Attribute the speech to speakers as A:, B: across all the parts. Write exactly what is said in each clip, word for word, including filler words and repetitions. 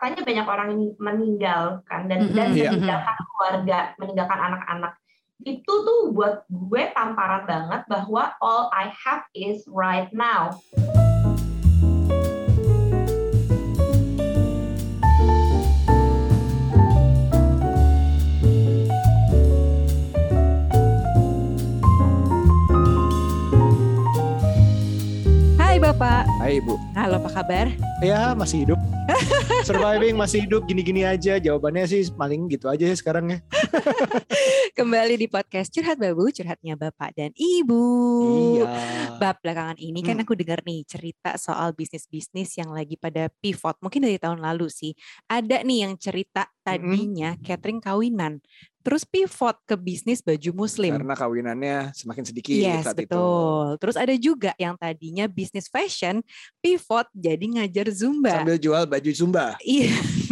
A: faktanya banyak orang yang meninggal kan dan mm-hmm. dan meninggalkan yeah. keluarga, meninggalkan anak-anak. Itu tuh buat gue tamparan banget bahwa all I have is right now.
B: Bapak.
C: Hai Ibu.
B: Halo, apa kabar?
C: Ya masih hidup. Surviving, masih hidup, gini-gini aja. Jawabannya sih paling gitu aja sih sekarang ya.
B: Kembali di podcast Curhat Babu, curhatnya Bapak dan Ibu.
C: Iya.
B: Bab, belakangan ini kan
C: Hmm.
B: aku dengar nih cerita soal bisnis-bisnis yang lagi pada pivot. Mungkin dari tahun lalu sih. Ada nih yang cerita tadinya
C: Mm-mm.
B: catering kawinan. Terus pivot ke bisnis baju muslim.
C: Karena kawinannya semakin sedikit
B: Yes,
C: saat
B: betul.
C: itu.
B: Terus ada juga yang tadinya bisnis fashion pivot jadi ngajar Zumba.
C: Sambil jual baju Zumba.
B: Iya.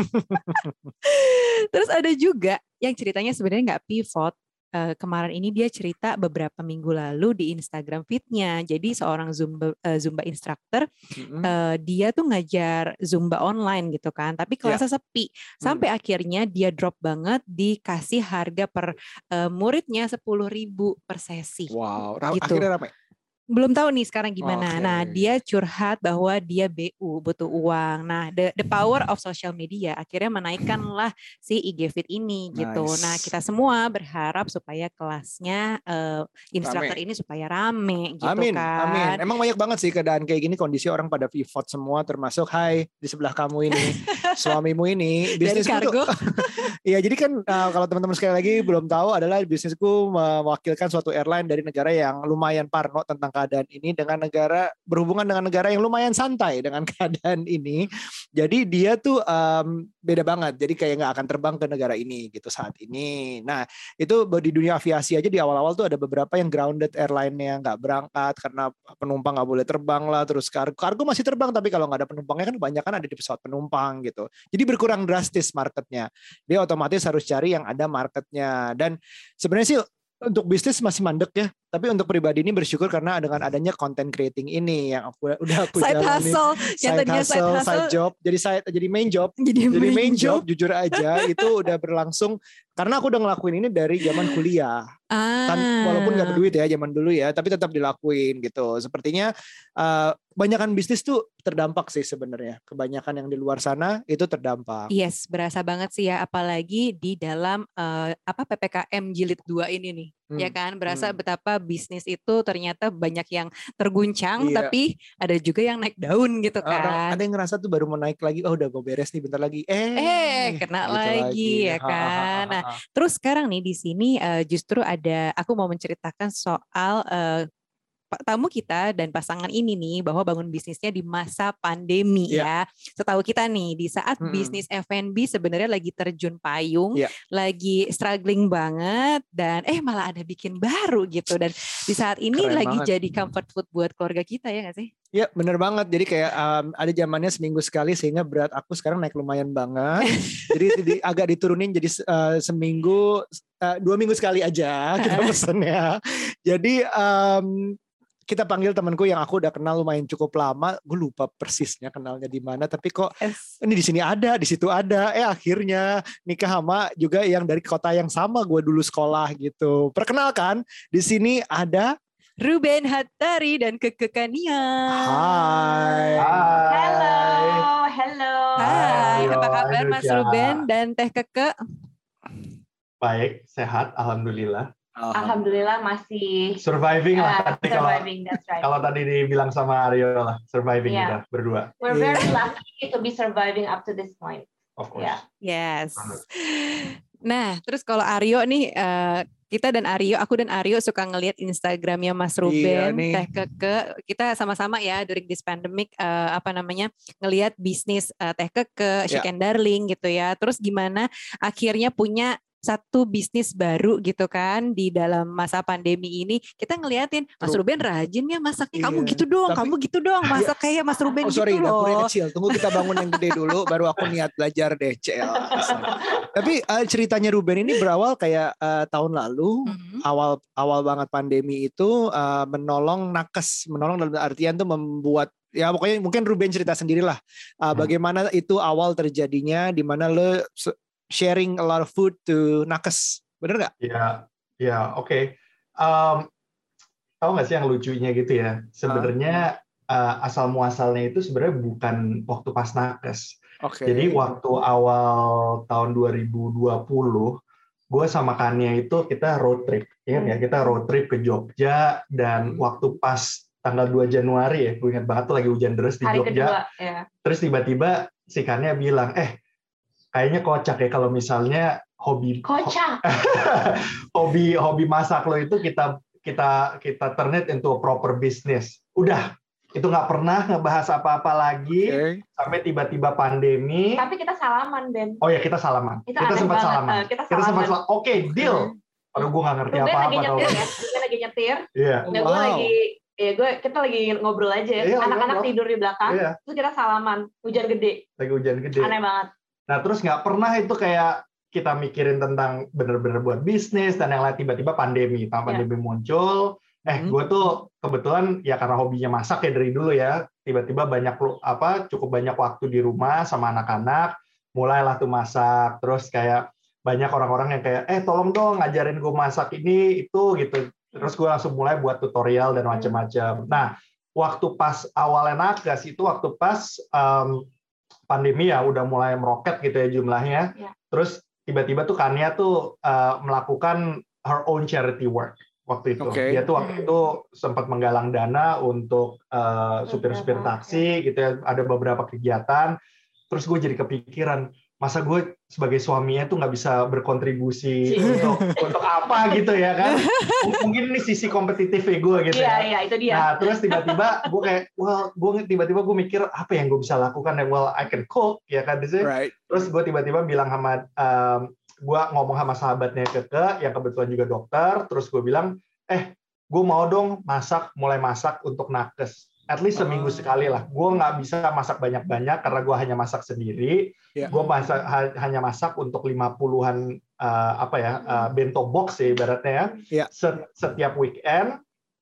B: Terus ada juga yang ceritanya sebenarnya nggak pivot. Uh, kemarin ini dia cerita beberapa minggu lalu di Instagram feed-nya. Jadi seorang Zumba uh, Zumba instructor, mm-hmm. uh, dia tuh ngajar Zumba online gitu kan. Tapi kelasnya yeah. sepi. Sampai mm. akhirnya dia drop banget, dikasih harga per uh, muridnya sepuluh ribu per sesi.
C: Wow, Ra-
B: gitu.
C: Akhirnya ramai.
B: Belum tahu nih sekarang gimana.
C: Okay.
B: Nah, dia curhat bahwa dia B U, butuh uang. Nah, the, the power of social media akhirnya menaikkanlah si I G Feed ini gitu.
C: Nice.
B: Nah, kita semua berharap supaya kelasnya uh, instruktur ini supaya rame gitu
C: amin,
B: kan.
C: Amin. Emang banyak banget sih keadaan kayak gini, kondisi orang pada pivot semua, termasuk hai di sebelah kamu ini, suamimu ini, bisnis
B: kargo.
C: Iya, jadi kan uh, kalau teman-teman sekali lagi belum tahu adalah bisnisku mewakilkan suatu airline dari negara yang lumayan parno tentang keadaan ini dengan negara berhubungan dengan negara yang lumayan santai dengan keadaan ini. Jadi dia tuh um, beda banget. Jadi kayak nggak akan terbang ke negara ini gitu saat ini. Nah itu di dunia aviasi aja di awal-awal tuh ada beberapa yang grounded airline yang nggak berangkat karena penumpang nggak boleh terbang lah. Terus kargo, kargo masih terbang tapi kalau nggak ada penumpangnya kan kebanyakan ada di pesawat penumpang gitu. Jadi berkurang drastis marketnya. Dia otomatis harus cari yang ada marketnya. Dan sebenarnya sih untuk bisnis masih mandek ya, tapi untuk pribadi ini bersyukur karena dengan adanya content creating ini yang aku udah aku
B: side
C: jalanin,
B: hustle,
C: side hustle, side, hustle. side job, jadi side jadi main job,
B: jadi,
C: jadi
B: main,
C: main job,
B: job
C: jujur aja itu udah berlangsung karena aku udah ngelakuin ini dari zaman kuliah.
B: Ah.
C: Tan, walaupun nggak berduit ya zaman dulu ya, tapi tetap dilakuin gitu. Sepertinya uh, kebanyakan bisnis tuh terdampak sih sebenarnya. Kebanyakan yang di luar sana itu terdampak.
B: Yes, berasa banget sih ya, apalagi di dalam uh, apa P P K M jilid dua ini nih. Hmm. Ya kan, berasa hmm. betapa bisnis itu ternyata banyak yang terguncang, iya. tapi ada juga yang naik daun gitu kan.
C: Orang, ada yang ngerasa tuh baru mau naik lagi, oh udah gue beres nih bentar lagi. Eh,
B: eh kena gitu lagi, lagi ya kan. Nah, terus sekarang nih di sini uh, justru ada, aku mau menceritakan soal uh, tamu kita dan pasangan ini nih bahwa bangun bisnisnya di masa pandemi yeah. ya. Setahu kita nih di saat hmm. bisnis F and B sebenarnya lagi terjun payung, yeah. lagi struggling banget dan eh malah ada bikin baru gitu dan di saat ini Keren lagi banget. Jadi comfort food buat keluarga kita ya nggak sih?
C: Ya bener banget. Jadi kayak um, ada zamannya seminggu sekali sehingga berat aku sekarang naik lumayan banget. Jadi di, agak diturunin jadi uh, seminggu uh, dua minggu sekali aja kita pesennya. Jadi um, kita panggil temanku yang aku udah kenal lumayan cukup lama, gue lupa persisnya kenalnya di mana, tapi kok yes. ini di sini ada, di situ ada, eh akhirnya nikah sama juga yang dari kota yang sama gue dulu sekolah gitu. Perkenalkan, di sini ada
B: Ruben Hattari dan Keke Kania.
C: Hai.
A: Halo, halo.
B: Hai, apa kabar Mas Ruben dan Teh Keke?
D: Baik, sehat, alhamdulillah.
A: Alhamdulillah masih
D: surviving lah
A: uh,
D: tadi
A: surviving,
D: kalau
A: right.
D: kalau tadi dibilang sama Aryo lah surviving yeah. kita berdua.
A: We're yeah. very lucky to be surviving up to this point.
D: Of course.
A: Yeah.
B: Yes. Nah, terus kalau Aryo nih uh, kita dan Aryo, aku dan Aryo suka ngelihat Instagramnya Mas Ruben, iya Teh Keke. Kita sama-sama ya during this pandemic uh, apa namanya ngelihat bisnis uh, Teh Keke, Chic and Darling gitu ya. Terus gimana akhirnya punya satu bisnis baru gitu kan di dalam masa pandemi ini. Kita ngeliatin Mas Ruben rajin ya masaknya. Kamu
C: iya.
B: gitu dong,
C: Tapi,
B: kamu gitu dong masak
C: ya,
B: kayak Mas Ruben
C: oh, sorry,
B: gitu loh.
C: dapurnya kecil. Tunggu kita bangun yang gede dulu baru aku niat belajar deh, Cel. Tapi uh, ceritanya Ruben ini berawal kayak uh, tahun lalu, mm-hmm. awal awal banget pandemi itu uh, menolong nakes, menolong dalam artian tuh membuat ya pokoknya mungkin Ruben cerita sendirilah uh, bagaimana itu awal terjadinya, di mana lo sharing a lot of food to nakes, bener nggak?
D: Ya, ya, oke. Um, tahu nggak sih yang lucunya gitu ya? Sebenarnya uh, asal muasalnya itu sebenarnya bukan waktu pas nakes.
C: Okay.
D: Jadi waktu awal tahun dua ribu dua puluh, gue sama Kania itu kita road trip, ingat ya? Kita road trip ke Jogja dan waktu pas tanggal dua Januari ya, gue ingat banget tuh lagi hujan deras di
A: Hari
D: Jogja.
A: Kedua, ya.
D: Terus tiba-tiba si Kania bilang, eh kayaknya kocak ya kalau misalnya hobi
A: kocak
D: hobi hobi masak lo itu kita kita kita turn it into a proper business. Udah, itu nggak pernah ngebahas apa-apa lagi okay. Sampai tiba-tiba pandemi.
A: Tapi kita salaman, Ben.
D: Oh ya, kita salaman.
A: Itu
D: kita sempat
A: banget.
D: salaman.
A: Uh, kita,
D: kita sempat salaman. Oke, okay, deal. Padahal gue nggak ngerti apa-apa.
A: Lagi nyetir ya. Gue lagi nyetir.
D: Iya.
A: Nah, gue lagi ya gue kita lagi ngobrol aja.
D: Iya,
A: anak-anak tidur di belakang. Iya. Terus kita salaman. Hujan gede.
D: Lagi hujan gede.
A: Aneh banget.
D: Nah, terus nggak pernah itu kayak kita mikirin tentang bener-bener buat bisnis dan yang lain, tiba-tiba pandemi, tanpa pandemi yeah. muncul. Eh, hmm. gue tuh kebetulan ya karena hobinya masak ya dari dulu ya, tiba-tiba banyak apa cukup banyak waktu di rumah sama anak-anak, mulailah tuh masak. Terus kayak banyak orang-orang yang kayak, eh tolong dong ngajarin gue masak ini itu gitu. Terus gue langsung mulai buat tutorial dan macam-macam. Nah, waktu pas awalnya nakes itu waktu pas um, pandemi ya udah mulai meroket gitu ya jumlahnya. Yeah. Terus tiba-tiba tuh Kania tuh uh, melakukan her own charity work waktu itu. Okay. Dia tuh waktu itu sempat menggalang dana untuk uh, supir-supir taksi gitu ya. Ada beberapa kegiatan. Terus gue jadi kepikiran, masa gue sebagai suaminya tuh nggak bisa berkontribusi untuk untuk apa gitu ya kan? Mungkin ini sisi kompetitifnya gue gitu
A: ya. Iya
D: ya.
A: iya itu dia.
D: Nah terus tiba-tiba gue kayak, well, gue tiba-tiba gue mikir apa yang gue bisa lakukan ya? Well, I can cook ya kan, right. Terus gue tiba-tiba bilang sama, um, gue ngomong sama sahabatnya Keke yang kebetulan juga dokter. Terus gue bilang, eh, gue mau dong masak, mulai masak untuk nakes. At least seminggu oh. sekali lah. Gue nggak bisa masak banyak-banyak karena gue hanya masak sendiri. Yeah. Gue masak, ha, hanya masak untuk lima puluhan uh, apa ya uh, bento box ya ibaratnya ya. Yeah. Set, setiap weekend.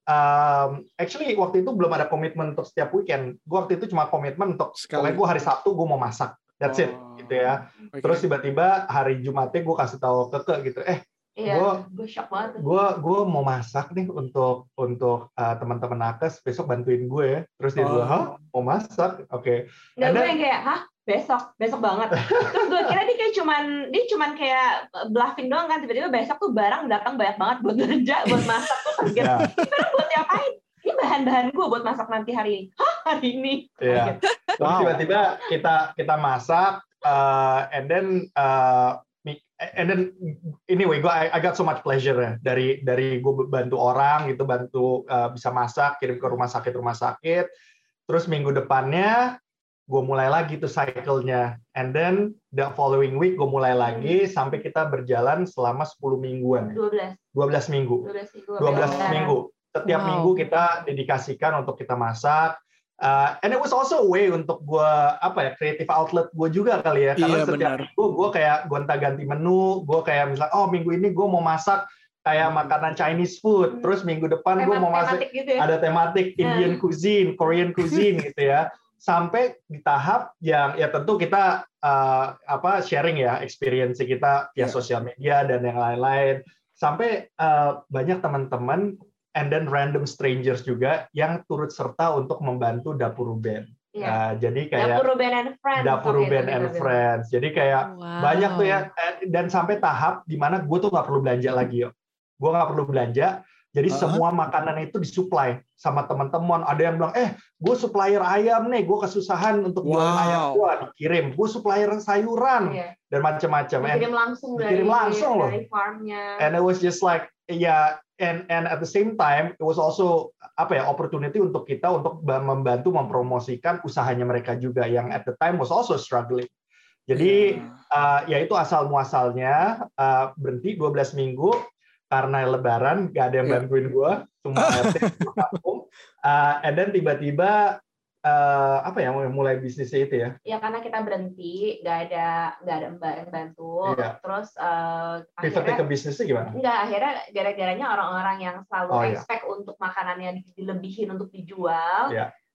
D: Um, actually waktu itu belum ada komitmen untuk setiap weekend. Gue waktu itu cuma komitmen untuk pokoknya gue hari Sabtu gue mau masak. That's oh. it, gitu ya. Okay. Terus tiba-tiba hari Jumatnya gue kasih tahu Keke gitu. Eh,
A: Iya, gue shock banget.
D: Gue gue mau masak nih untuk untuk uh, teman-teman nakes, besok bantuin gue ya. Terus dia bilang, hah, mau masak? Oke. Okay.
A: Nggak, gue yang kayak, hah, besok, besok banget. Terus gue kira dia kayak cuman dia cuman kayak bluffing doang kan. Tiba-tiba besok tuh barang datang banyak banget buat belanja, buat masak tuh kaget. Yeah. Ini buat diapain? Ini bahan-bahan gue buat masak nanti hari ini. Hah, hari ini?
D: Iya. Yeah. Terus wow. tiba-tiba kita kita masak, uh, and then uh, and then anyway, gue I, I got so much pleasure ya dari dari gue bantu orang gitu, bantu uh, bisa masak, kirim ke rumah sakit rumah sakit. Terus minggu depannya gue mulai lagi tuh cycle-nya, and then the following week gue mulai lagi hmm. sampai kita berjalan selama sepuluh mingguan.
A: dua belas
D: dua belas minggu. dua belas minggu. Setiap wow. minggu kita dedikasikan untuk kita masak. Uh, and it was also a way untuk gue apa ya creative outlet gue juga kali ya, karena iya, setiap benar. minggu gue kayak gonta-ganti menu, gue kayak misalnya oh minggu ini gue mau masak kayak makanan Chinese food, terus minggu depan gue mau masak gitu ya? Ada tematik Indian hmm. cuisine, Korean cuisine gitu ya, sampai di tahap yang ya tentu kita uh, apa sharing ya experience kita via yeah. sosial media dan yang lain-lain, sampai uh, banyak teman-teman and then random strangers juga yang turut serta untuk membantu Dapur Ruben. Yeah. Nah, jadi kayak
A: Dapur Ruben and Friends.
D: Dapur Ruben and gitu. Friends. Jadi kayak wow. banyak tuh ya, dan sampai tahap di mana gue tuh nggak perlu belanja lagi yo. Gue nggak perlu belanja. Jadi uh-huh. semua makanan itu disuplai sama teman-teman. Ada yang bilang, eh, gue supplier ayam nih, gue kesusahan untuk wow. jualan ayam gue, dikirim. Gue supplier sayuran yeah. dan macam-macam.
A: Dikirim langsung
D: dikirim
A: dari,
D: langsung loh.
A: dari farmnya.
D: And it was just like, ya, yeah, and and at the same time, it was also apa ya opportunity untuk kita untuk membantu mempromosikan usahanya mereka juga yang at the time was also struggling. Jadi yeah. uh, ya itu asal muasalnya uh, berhenti dua belas minggu. Karena Lebaran gak ada yang bantuin gue, semua R T vakum. Uh, and then tiba-tiba uh, apa ya mulai bisnisnya itu ya?
A: Ya karena kita berhenti, gak ada gak ada mbak yang bantu. Iya. Terus uh,
D: pivotnya ke bisnisnya gimana?
A: Enggak, akhirnya gara-garanya orang-orang yang selalu
D: oh,
A: expect iya. untuk makanannya dilebihin untuk dijual.
D: Iya.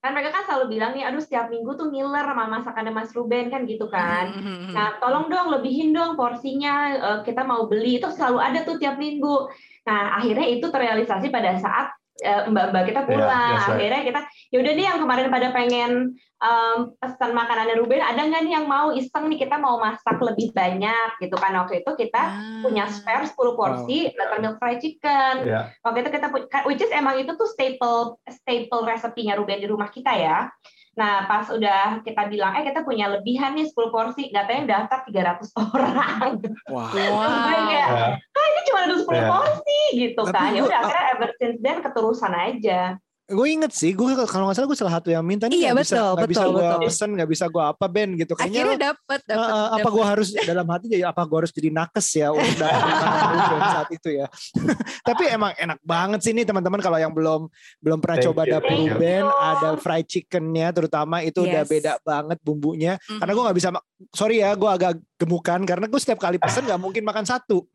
A: Kan mereka kan selalu bilang nih, aduh setiap minggu tuh ngiler sama masakannya Mas Ruben kan gitu kan. Nah tolong dong lebihin dong porsinya, kita mau beli, itu selalu ada tuh tiap minggu. Nah akhirnya itu terrealisasi pada saat mbak-mbak kita pulang. Yeah, akhirnya right. kita yaudah nih yang kemarin pada pengen um, pesan makanannya Ruben, ada nggak nih yang mau iseng nih kita mau masak lebih banyak gitu kan. Waktu itu kita ah. punya spare sepuluh porsi wow. buttermilk fried chicken. Yeah. Waktu itu kita punya, which is emang itu tuh staple staple resepnya Ruben di rumah kita ya. Nah, pas udah kita bilang, eh kita punya lebihan nih sepuluh porsi, katanya daftar tiga ratus orang. Wah. Wow. Terus gue kayak, ah ini cuma ada sepuluh yeah. porsi gitu tapi kan. Ya udah akhirnya ever since then keterusan aja.
C: Gue inget sih, gue kalau nggak salah gue salah satu yang minta nih,
B: iya,
C: nggak
B: bisa,
C: nggak bisa gue
B: betul.
C: pesen, nggak bisa gue apa Ben gitu. Kayaknya
B: akhirnya dapat, dapat.
C: Uh, apa gue harus dalam hati jadi apa gue harus jadi nakes ya untuk dapat saat itu ya. Tapi emang enak banget sih nih teman-teman kalau yang belum belum pernah Thank coba you. dapur Ruben, ada fried chickennya terutama itu yes. udah beda banget bumbunya. Mm-hmm. Karena gue nggak bisa, sorry ya, gue agak gemukan karena gue setiap kali pesen nggak mungkin makan satu.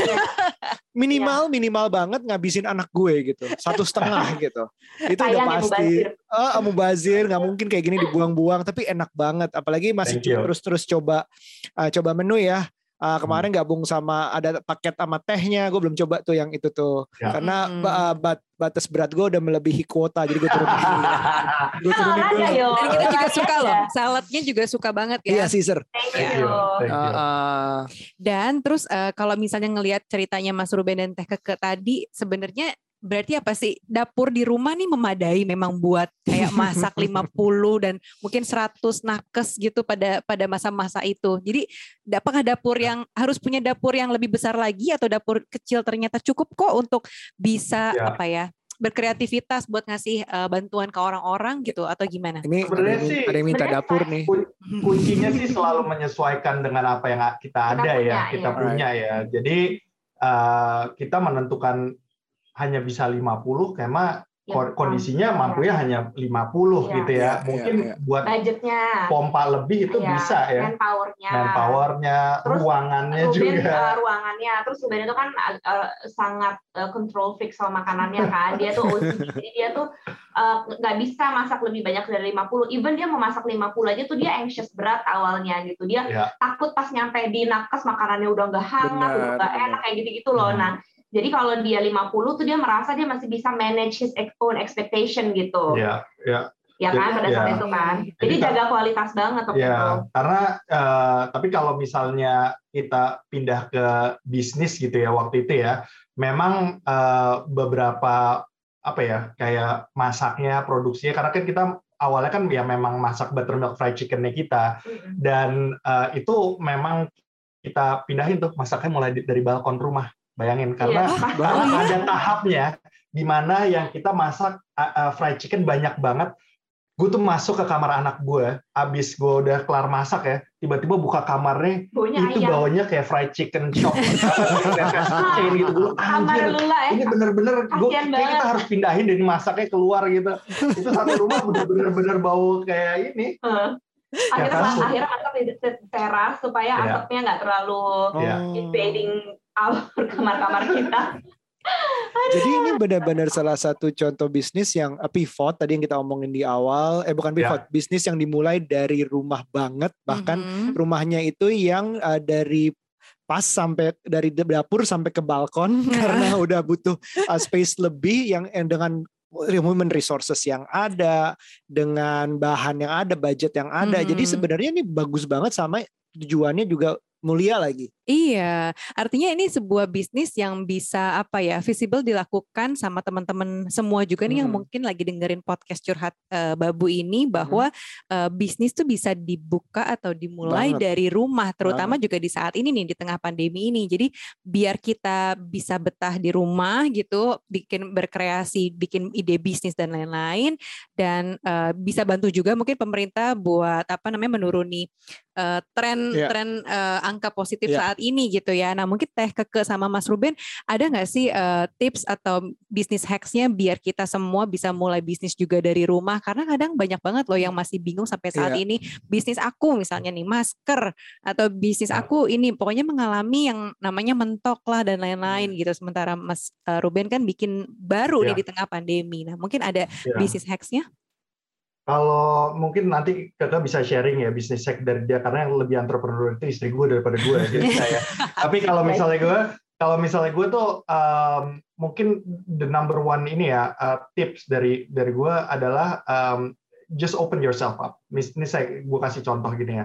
C: Minimal yeah. minimal banget ngabisin anak gue gitu, satu setengah gitu. Itu udah pasti. Ah, uh, mubazir, nggak mungkin kayak gini dibuang-buang, tapi enak banget. Apalagi masih terus-terus coba uh, coba menu ya. Uh, kemarin gabung sama ada paket sama tehnya, gue belum coba tuh yang itu tuh, ya. Karena hmm. uh, bat, batas berat gue udah melebihi kuota, jadi gue turunin dulu. Gue turunin dulu.
B: Dan kita juga suka loh, saladnya juga suka banget ya.
C: Iya Caesar.
A: Thank you.
C: Thank you. Uh, uh,
B: dan terus uh, kalau misalnya ngelihat ceritanya Mas Ruben dan Teh Keke tadi, sebenarnya berarti apa sih, dapur di rumah nih memadai memang buat kayak masak lima puluh dan mungkin seratus nakes gitu pada pada masa-masa itu. Jadi apakah dapur yang harus punya dapur yang lebih besar lagi atau dapur kecil ternyata cukup kok untuk bisa ya. apa ya berkreativitas buat ngasih uh, bantuan ke orang-orang gitu atau gimana?
C: Ini sebenarnya sih ada yang minta dapur nih.
D: Kuncinya sih selalu menyesuaikan dengan apa yang kita ada kita ya, punya, kita iya. punya ya. Jadi uh, kita menentukan hanya bisa lima puluh karena ya, kondisinya mampu ya hanya lima puluh ya, gitu ya. ya Mungkin ya, ya. buat
A: budgetnya
D: pompa lebih itu ya, bisa ya.
A: Manpower-nya.
D: Manpower-nya, terus, ruangannya Ruben, juga.
A: Uh, ruangannya. Terus Ruben itu kan uh, sangat uh, control freak soal makanannya kan. Dia tuh O C D. Jadi dia tuh nggak uh, bisa masak lebih banyak dari lima puluh. Even dia mau masak lima puluh aja tuh dia anxious berat awalnya gitu. Dia ya. takut pas nyampe di nakes makanannya udah nggak hangat, benar, udah nggak enak kayak gitu-gitu loh. Hmm. Nah, jadi kalau dia lima puluh tuh dia merasa dia masih bisa manage his own expectation gitu.
D: Iya, iya.
A: Ya kan pada saat ya. itu kan. Jadi, Jadi jaga kualitas banget waktu
D: ya,
A: itu.
D: Karena uh, tapi kalau misalnya kita pindah ke bisnis gitu ya waktu itu ya, memang uh, beberapa apa ya kayak masaknya, produksinya, karena kan kita awalnya kan ya memang masak buttermilk fried chicken-nya kita, mm-hmm. dan uh, itu memang kita pindahin tuh masaknya mulai dari balkon rumah. Bayangin, karena yeah. ada tahapnya di mana yang kita masak uh, fried chicken banyak banget. Gue tuh masuk ke kamar anak gue, abis gue udah kelar masak ya, tiba-tiba buka kamarnya, baunya itu ayam. Baunya kayak fried chicken shop, chain gitu. Gue anjir, ini bener-bener, gue kayak kita harus pindahin dari masaknya keluar gitu. Itu satu rumah bener-bener bau kayak ini.
A: Uh. Akhirnya, ya, akhirnya masak di teras supaya yeah. asapnya nggak terlalu yeah. invading our kamar-kamar kita.
C: Jadi ini benar-benar salah satu contoh bisnis yang pivot tadi yang kita omongin di awal, eh bukan pivot, yeah. bisnis yang dimulai dari rumah banget, bahkan mm-hmm. rumahnya itu yang uh, dari pas sampai dari dapur sampai ke balkon karena udah butuh uh, space lebih yang, yang dengan human resources yang ada, dengan bahan yang ada, budget yang ada. Mm-hmm. Jadi sebenarnya ini bagus banget sama tujuannya juga mulia lagi.
B: Iya, artinya ini sebuah bisnis yang bisa apa ya, visible dilakukan sama teman-teman semua juga nih hmm. yang mungkin lagi dengerin podcast curhat uh, Babu ini, bahwa hmm. uh, bisnis tuh bisa dibuka atau dimulai banget. Dari rumah, terutama banget. Juga di saat ini nih di tengah pandemi ini. Jadi biar kita bisa betah di rumah gitu, bikin berkreasi, bikin ide bisnis dan lain-lain, dan uh, bisa bantu juga mungkin pemerintah buat apa namanya menuruni uh, tren yeah. tren uh, angka positif yeah. saat ini gitu ya. Nah mungkin Teh Keke sama Mas Ruben ada nggak sih uh, tips atau bisnis hacksnya biar kita semua bisa mulai bisnis juga dari rumah, karena kadang banyak banget loh yang masih bingung sampai saat yeah. ini. Bisnis aku misalnya nih masker, atau bisnis aku ini pokoknya mengalami yang namanya mentok lah dan lain-lain gitu. Sementara Mas uh, Ruben kan bikin baru yeah. nih di tengah pandemi. Nah mungkin ada yeah. bisnis hacksnya?
D: Kalau mungkin nanti kakak bisa sharing ya bisnis hack dari dia, karena yang lebih entrepreneur itu istri gue daripada gue jadi saya. Tapi kalau misalnya gue, kalau misalnya gue tuh um, mungkin the number one ini ya uh, tips dari dari gue adalah um, just open yourself up. Ini saya gue kasih contoh gini ya.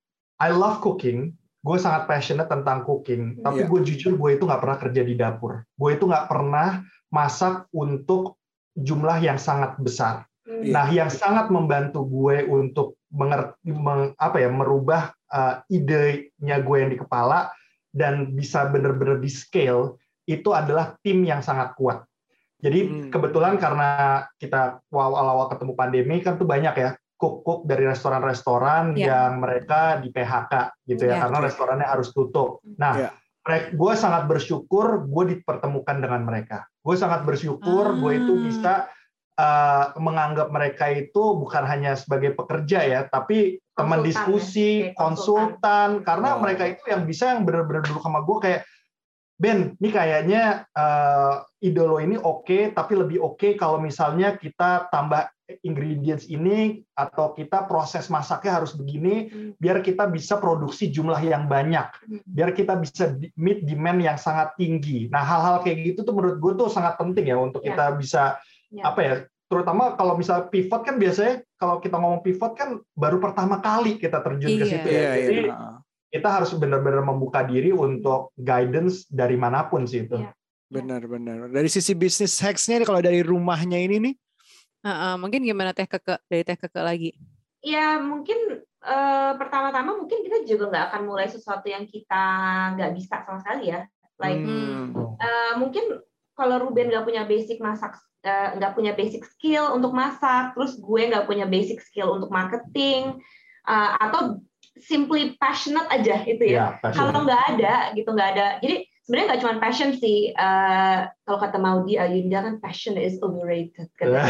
D: I love cooking. Gue sangat passionate tentang cooking. Tapi yeah. gue jujur gue itu nggak pernah kerja di dapur. Gue itu nggak pernah masak untuk jumlah yang sangat besar. Yeah. Nah, yang sangat membantu gue untuk mengerti, meng, apa ya, merubah uh, idenya gue yang di kepala dan bisa benar-benar di scale itu adalah tim yang sangat kuat. Jadi hmm. kebetulan karena kita awal-awal ketemu pandemi kan tuh banyak ya cook-cook dari restoran-restoran yeah. yang mereka di P H K gitu ya yeah. karena restorannya harus tutup. Nah, yeah. gue sangat bersyukur gue dipertemukan dengan mereka. Gue sangat bersyukur ah. gue itu bisa Uh, menganggap mereka itu bukan hanya sebagai pekerja ya, tapi teman diskusi, ya. konsultan, konsultan. Karena oh. mereka itu yang bisa yang benar-benar dulu sama gue kayak, Ben, ini kayaknya uh, ide lo ini oke, okay, tapi lebih oke okay kalau misalnya kita tambah ingredients ini atau kita proses masaknya harus begini, hmm. biar kita bisa produksi jumlah yang banyak, hmm. biar kita bisa meet demand yang sangat tinggi. Nah, hal-hal kayak gitu tuh menurut gue tuh sangat penting ya untuk ya. kita bisa Ya. apa ya, terutama kalau misalnya pivot kan biasanya kalau kita ngomong pivot kan baru pertama kali kita terjun iya. ke situ ya. Iya, Jadi iya. kita harus benar-benar membuka diri untuk guidance dari manapun sih itu. Iya.
C: Benar-benar. Dari sisi bisnis hacks-nya kalau dari rumahnya ini nih,
B: uh, uh, mungkin gimana Teh Keke, dari Teh Keke lagi?
A: Ya mungkin uh, pertama-tama mungkin kita juga nggak akan mulai sesuatu yang kita nggak bisa sama sekali ya. Like hmm. uh, mungkin kalau Ruben nggak punya basic masak, nggak uh, punya basic skill untuk masak, terus gue nggak punya basic skill untuk marketing, uh, atau simply passionate aja gitu ya. ya kalau nggak ada gitu, nggak ada. Jadi sebenarnya nggak cuma passion sih. Uh, kalau kata Maudi Ayunda kan passion is overrated. Kan?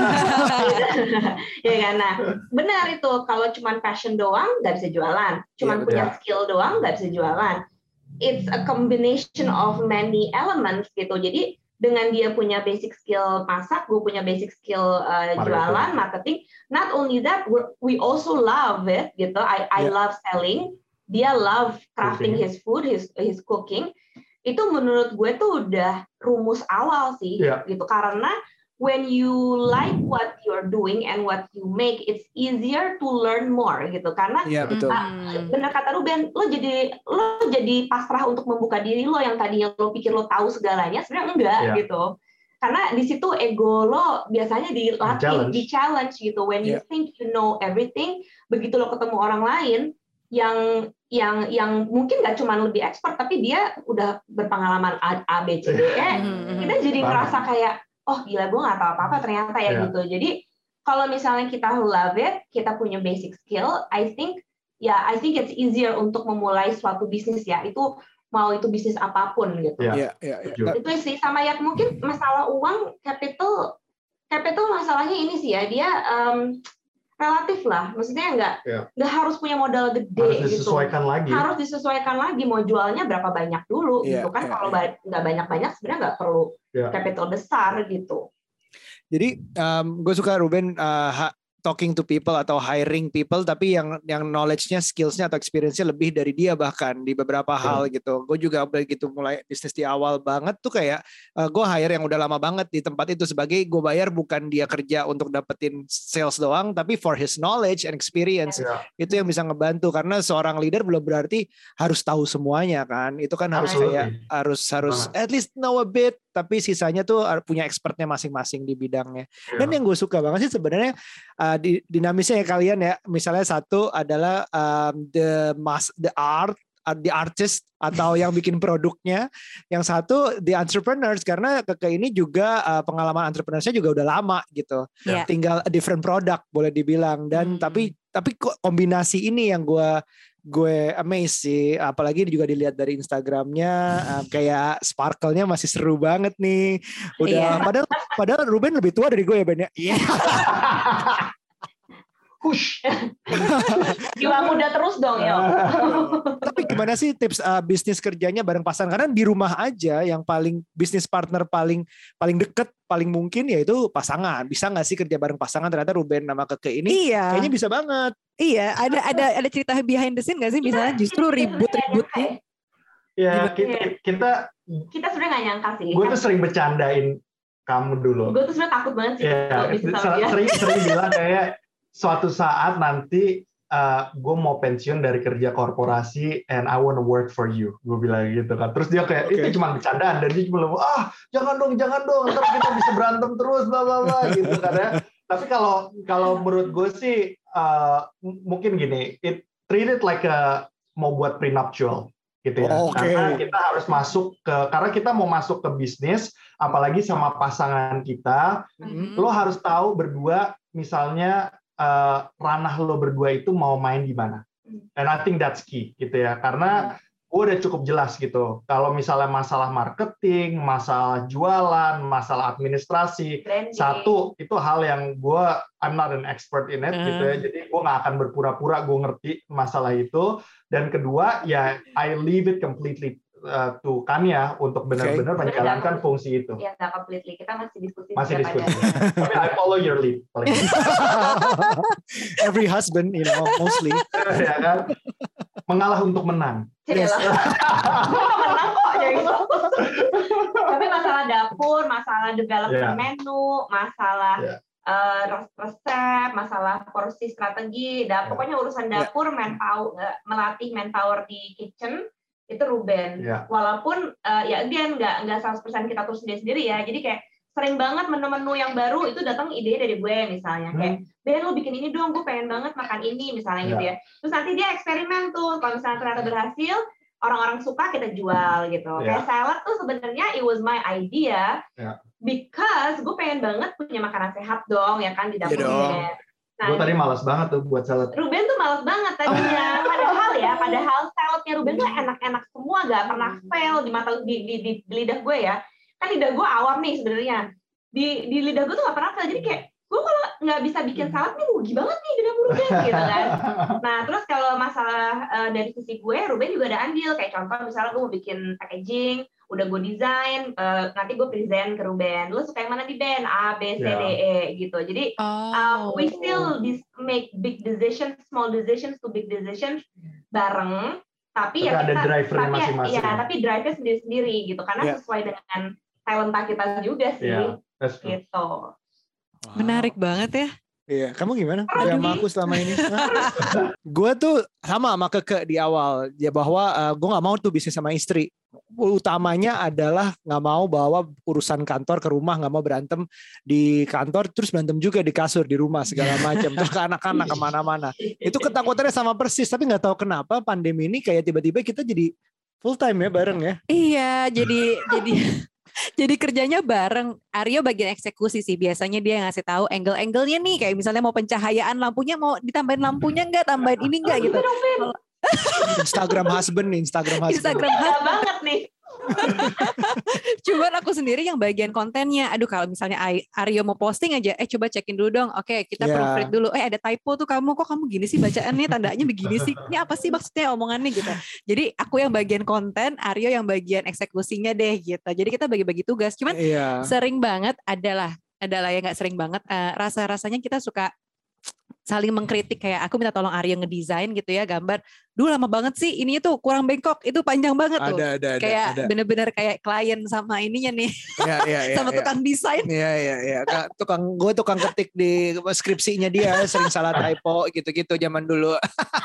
A: Ya kan. Nah benar itu. Kalau cuma passion doang nggak bisa jualan. Cuma ya, punya skill doang nggak bisa jualan. It's a combination of many elements gitu. Jadi dengan dia punya basic skill masak, gue punya basic skill uh, jualan, marketing. Not only that, we also love it, gitu. I I yeah. love selling. Dia love crafting cooking. his food, his his cooking. Itu menurut gue tuh udah rumus awal sih, yeah. gitu. Karena when you like what you're doing and what you make, it's easier to learn more, gitu. Karena
C: yeah, betul.
A: Uh, benar kata Ruben, lo jadi lo jadi pasrah untuk membuka diri lo yang tadinya lo pikir lo tahu segalanya, sebenarnya enggak, yeah. gitu. Karena di situ ego lo biasanya dilatih, di challenge gitu. When you yeah. think you know everything, begitu lo ketemu orang lain yang yang yang mungkin nggak cuma lebih expert, tapi dia udah berpengalaman A, A B C D E, kita jadi ngerasa kayak, oh gila gue nggak tahu apa-apa ternyata ya yeah. gitu. Jadi kalau misalnya kita love it, kita punya basic skill, I think ya yeah, I think it's easier untuk memulai suatu bisnis ya. Itu mau itu bisnis apapun gitu.
C: Yeah. Yeah, yeah, yeah.
A: Itu sih sama ya mungkin masalah uang, capital, capital masalahnya ini sih ya dia um, relatif lah. Maksudnya nggak yeah. nggak harus punya modal gede
D: harus disesuaikan
A: gitu.
D: lagi.
A: Harus disesuaikan lagi mau jualnya berapa banyak dulu yeah, gitu kan. Yeah, kalau yeah. nggak banyak-banyak sebenarnya nggak perlu yeah. capital besar gitu.
C: Jadi um, gue suka Ruben uh, talking to people atau hiring people, tapi yang yang knowledge-nya, skills-nya atau experience-nya lebih dari dia bahkan di beberapa hal yeah. gitu. Gue juga begitu mulai bisnis di awal banget tuh kayak uh, gue hire yang udah lama banget di tempat itu sebagai gue bayar bukan dia kerja untuk dapetin sales doang, tapi for his knowledge and experience. Yeah. Itu yang bisa ngebantu karena seorang leader belum berarti harus tahu semuanya kan. Itu kan harus Absolutely. kayak harus harus at least know a bit, tapi sisanya tuh punya expertnya masing-masing di bidangnya. Yeah. Dan yang gue suka banget sih sebenarnya uh, di, dinamisnya ya kalian ya. Misalnya satu adalah um, the mas, the art, uh, the artist atau yang bikin produknya. Yang satu the entrepreneurs karena Keke ini juga uh, pengalaman entrepreneursnya juga udah lama gitu. Yeah. Tinggal a different product boleh dibilang dan hmm. tapi tapi kombinasi ini yang gue gue amazed sih, apalagi juga dilihat dari Instagramnya uh, kayak sparkle-nya masih seru banget nih. Udah, iya. padahal padahal Ruben lebih tua dari gue ya Ben ya. Iya.
A: Hush. Jiwa muda terus dong ya.
C: Tapi gimana sih tips uh, bisnis kerjanya bareng pasangan? Karena di rumah aja yang paling bisnis partner paling paling deket, paling mungkin yaitu pasangan. Bisa nggak sih kerja bareng pasangan? Ternyata Ruben sama Keke ini
B: iya.
C: kayaknya bisa banget.
B: Iya, ada ada ada cerita behind the scene nggak sih? Misalnya justru ribut-ributnya.
D: Ya kita kita
A: kita sebenarnya nggak nyangka sih.
D: Gue tuh sering bercandain kamu dulu.
A: Gue tuh sebenarnya takut banget sih.
D: Ya, sering sering bilang kayak suatu saat nanti uh, gue mau pensiun dari kerja korporasi and I want to work for you. Gue bilang gitu kan. Terus dia kayak okay. itu cuma bercandaan dan dia cuma ah jangan dong jangan dong ntar kita bisa berantem terus bla bla bla gitu kan ya. Tapi kalau kalau menurut gue sih uh, mungkin gini, it treat it like a mau buat prenuptial. Gitu ya. Oh, okay. Karena kita harus masuk ke karena kita mau masuk ke bisnis apalagi sama pasangan kita, mm-hmm. lo harus tahu berdua misalnya uh, ranah lo berdua itu mau main di mana. And I think that's key gitu ya. Karena gue udah cukup jelas gitu. Kalau misalnya masalah marketing, masalah jualan, masalah administrasi, branding. Satu itu hal yang gue I'm not an expert in it mm. gitu ya. Jadi gue nggak akan berpura-pura gue ngerti masalah itu. Dan kedua ya I leave it completely uh, to Kania untuk benar-benar okay. menjalankan fungsi itu.
A: Ya nggak completely. Kita masih diskusi.
D: Masih diskusi. Tapi I follow your lead.
C: Every husband, you know, mostly.
D: Ya kan? Mengalah untuk menang.
A: Yes. menang kok jadi. Tapi masalah dapur, masalah development yeah. menu, masalah yeah. uh, resep, masalah porsi strategi, yeah. pokoknya urusan dapur, yeah. manpower, melatih manpower di kitchen itu Ruben. Yeah. Walaupun uh, ya again nggak nggak seratus persen kita terus sendiri-sendiri ya. Jadi kayak sering banget menu-menu yang baru itu datang ide dari gue misalnya kayak hmm. Ben lo bikin ini dong, gue pengen banget makan ini misalnya yeah. gitu ya. Terus nanti dia eksperimen tuh, kalau misalnya ternyata berhasil, orang-orang suka kita jual gitu. Yeah. Kayak salad tuh sebenarnya it was my idea yeah. because gue pengen banget punya makanan sehat dong ya kan di dapur yeah,
D: Nah, gue tadi malas banget tuh buat salad.
A: Ruben tuh malas banget tadinya. Padahal ya, padahal saladnya Ruben tuh enak-enak semua, gak pernah fail di mata di, di, di, di lidah gue ya. Kan lidah gue awam nih sebenarnya. Di di lidah gue tuh gak pernah fail. Jadi kayak gue kalau nggak bisa bikin salad nih rugi banget nih di dapur Ruben gitu kan. Nah terus kalau masalah uh, dari sisi gue, Ruben juga ada andil. Kayak contoh misalnya gue mau bikin packaging, udah gue desain, uh, nanti gue present ke Ruben. Lu suka yang mana di Ben? A, B, C, yeah. D, E gitu. Jadi oh. uh, we still make big decisions, small decisions to big decisions bareng. Tapi, tapi ya
D: ada
A: kita,
D: drivernya
A: tapi
D: masing-masing.
A: Ya, tapi drive-nya sendiri-sendiri gitu. Karena yeah. sesuai dengan talenta kita juga sih. Yeah, gitu.
B: Wow. Menarik banget ya.
C: Iya, kamu gimana? Kerja sama aku selama ini. Gue tuh sama sama Keke di awal ya bahwa uh, gue nggak mau tuh bisnis sama istri. Utamanya adalah nggak mau bawa urusan kantor ke rumah, nggak mau berantem di kantor terus berantem juga di kasur di rumah segala macam. Terus ke anak-anak kemana-mana. Itu ketakutannya sama persis. Tapi nggak tahu kenapa pandemi ini kayak tiba-tiba kita jadi full time ya bareng ya.
B: Iya, jadi jadi. Jadi kerjanya bareng. Aryo bagian eksekusi sih. Biasanya dia ngasih tahu angle-angle-nya nih. Kayak misalnya mau pencahayaan lampunya, mau ditambahin lampunya enggak, tambahin ini enggak gitu.
C: Instagram husband nih, Instagram husband.
A: Instagram husband banget nih.
B: Cuman aku sendiri yang bagian kontennya. Aduh kalau misalnya Aryo mau posting aja, eh coba cekin dulu dong. Oke kita yeah. proofread dulu. Eh ada typo tuh kamu, kok kamu gini sih bacaannya, tandanya begini sih. Ini apa sih maksudnya omongannya gitu. Jadi aku yang bagian konten, Aryo yang bagian eksekusinya deh gitu. Jadi kita bagi-bagi tugas. Cuman yeah. sering banget adalah adalah ya nggak sering banget. Uh, rasa-rasanya kita suka saling mengkritik, kayak aku minta tolong Aryo ngedesain gitu ya gambar, duh lama banget sih ini tuh kurang bengkok, itu panjang banget tuh
C: ada, ada,
B: kayak
C: ada.
B: bener-bener kayak klien sama ininya nih
C: ya, ya, ya,
B: sama
C: ya.
B: tukang desain
C: ya ya ya tukang gue tukang ketik di skripsinya dia sering salah typo gitu-gitu zaman dulu.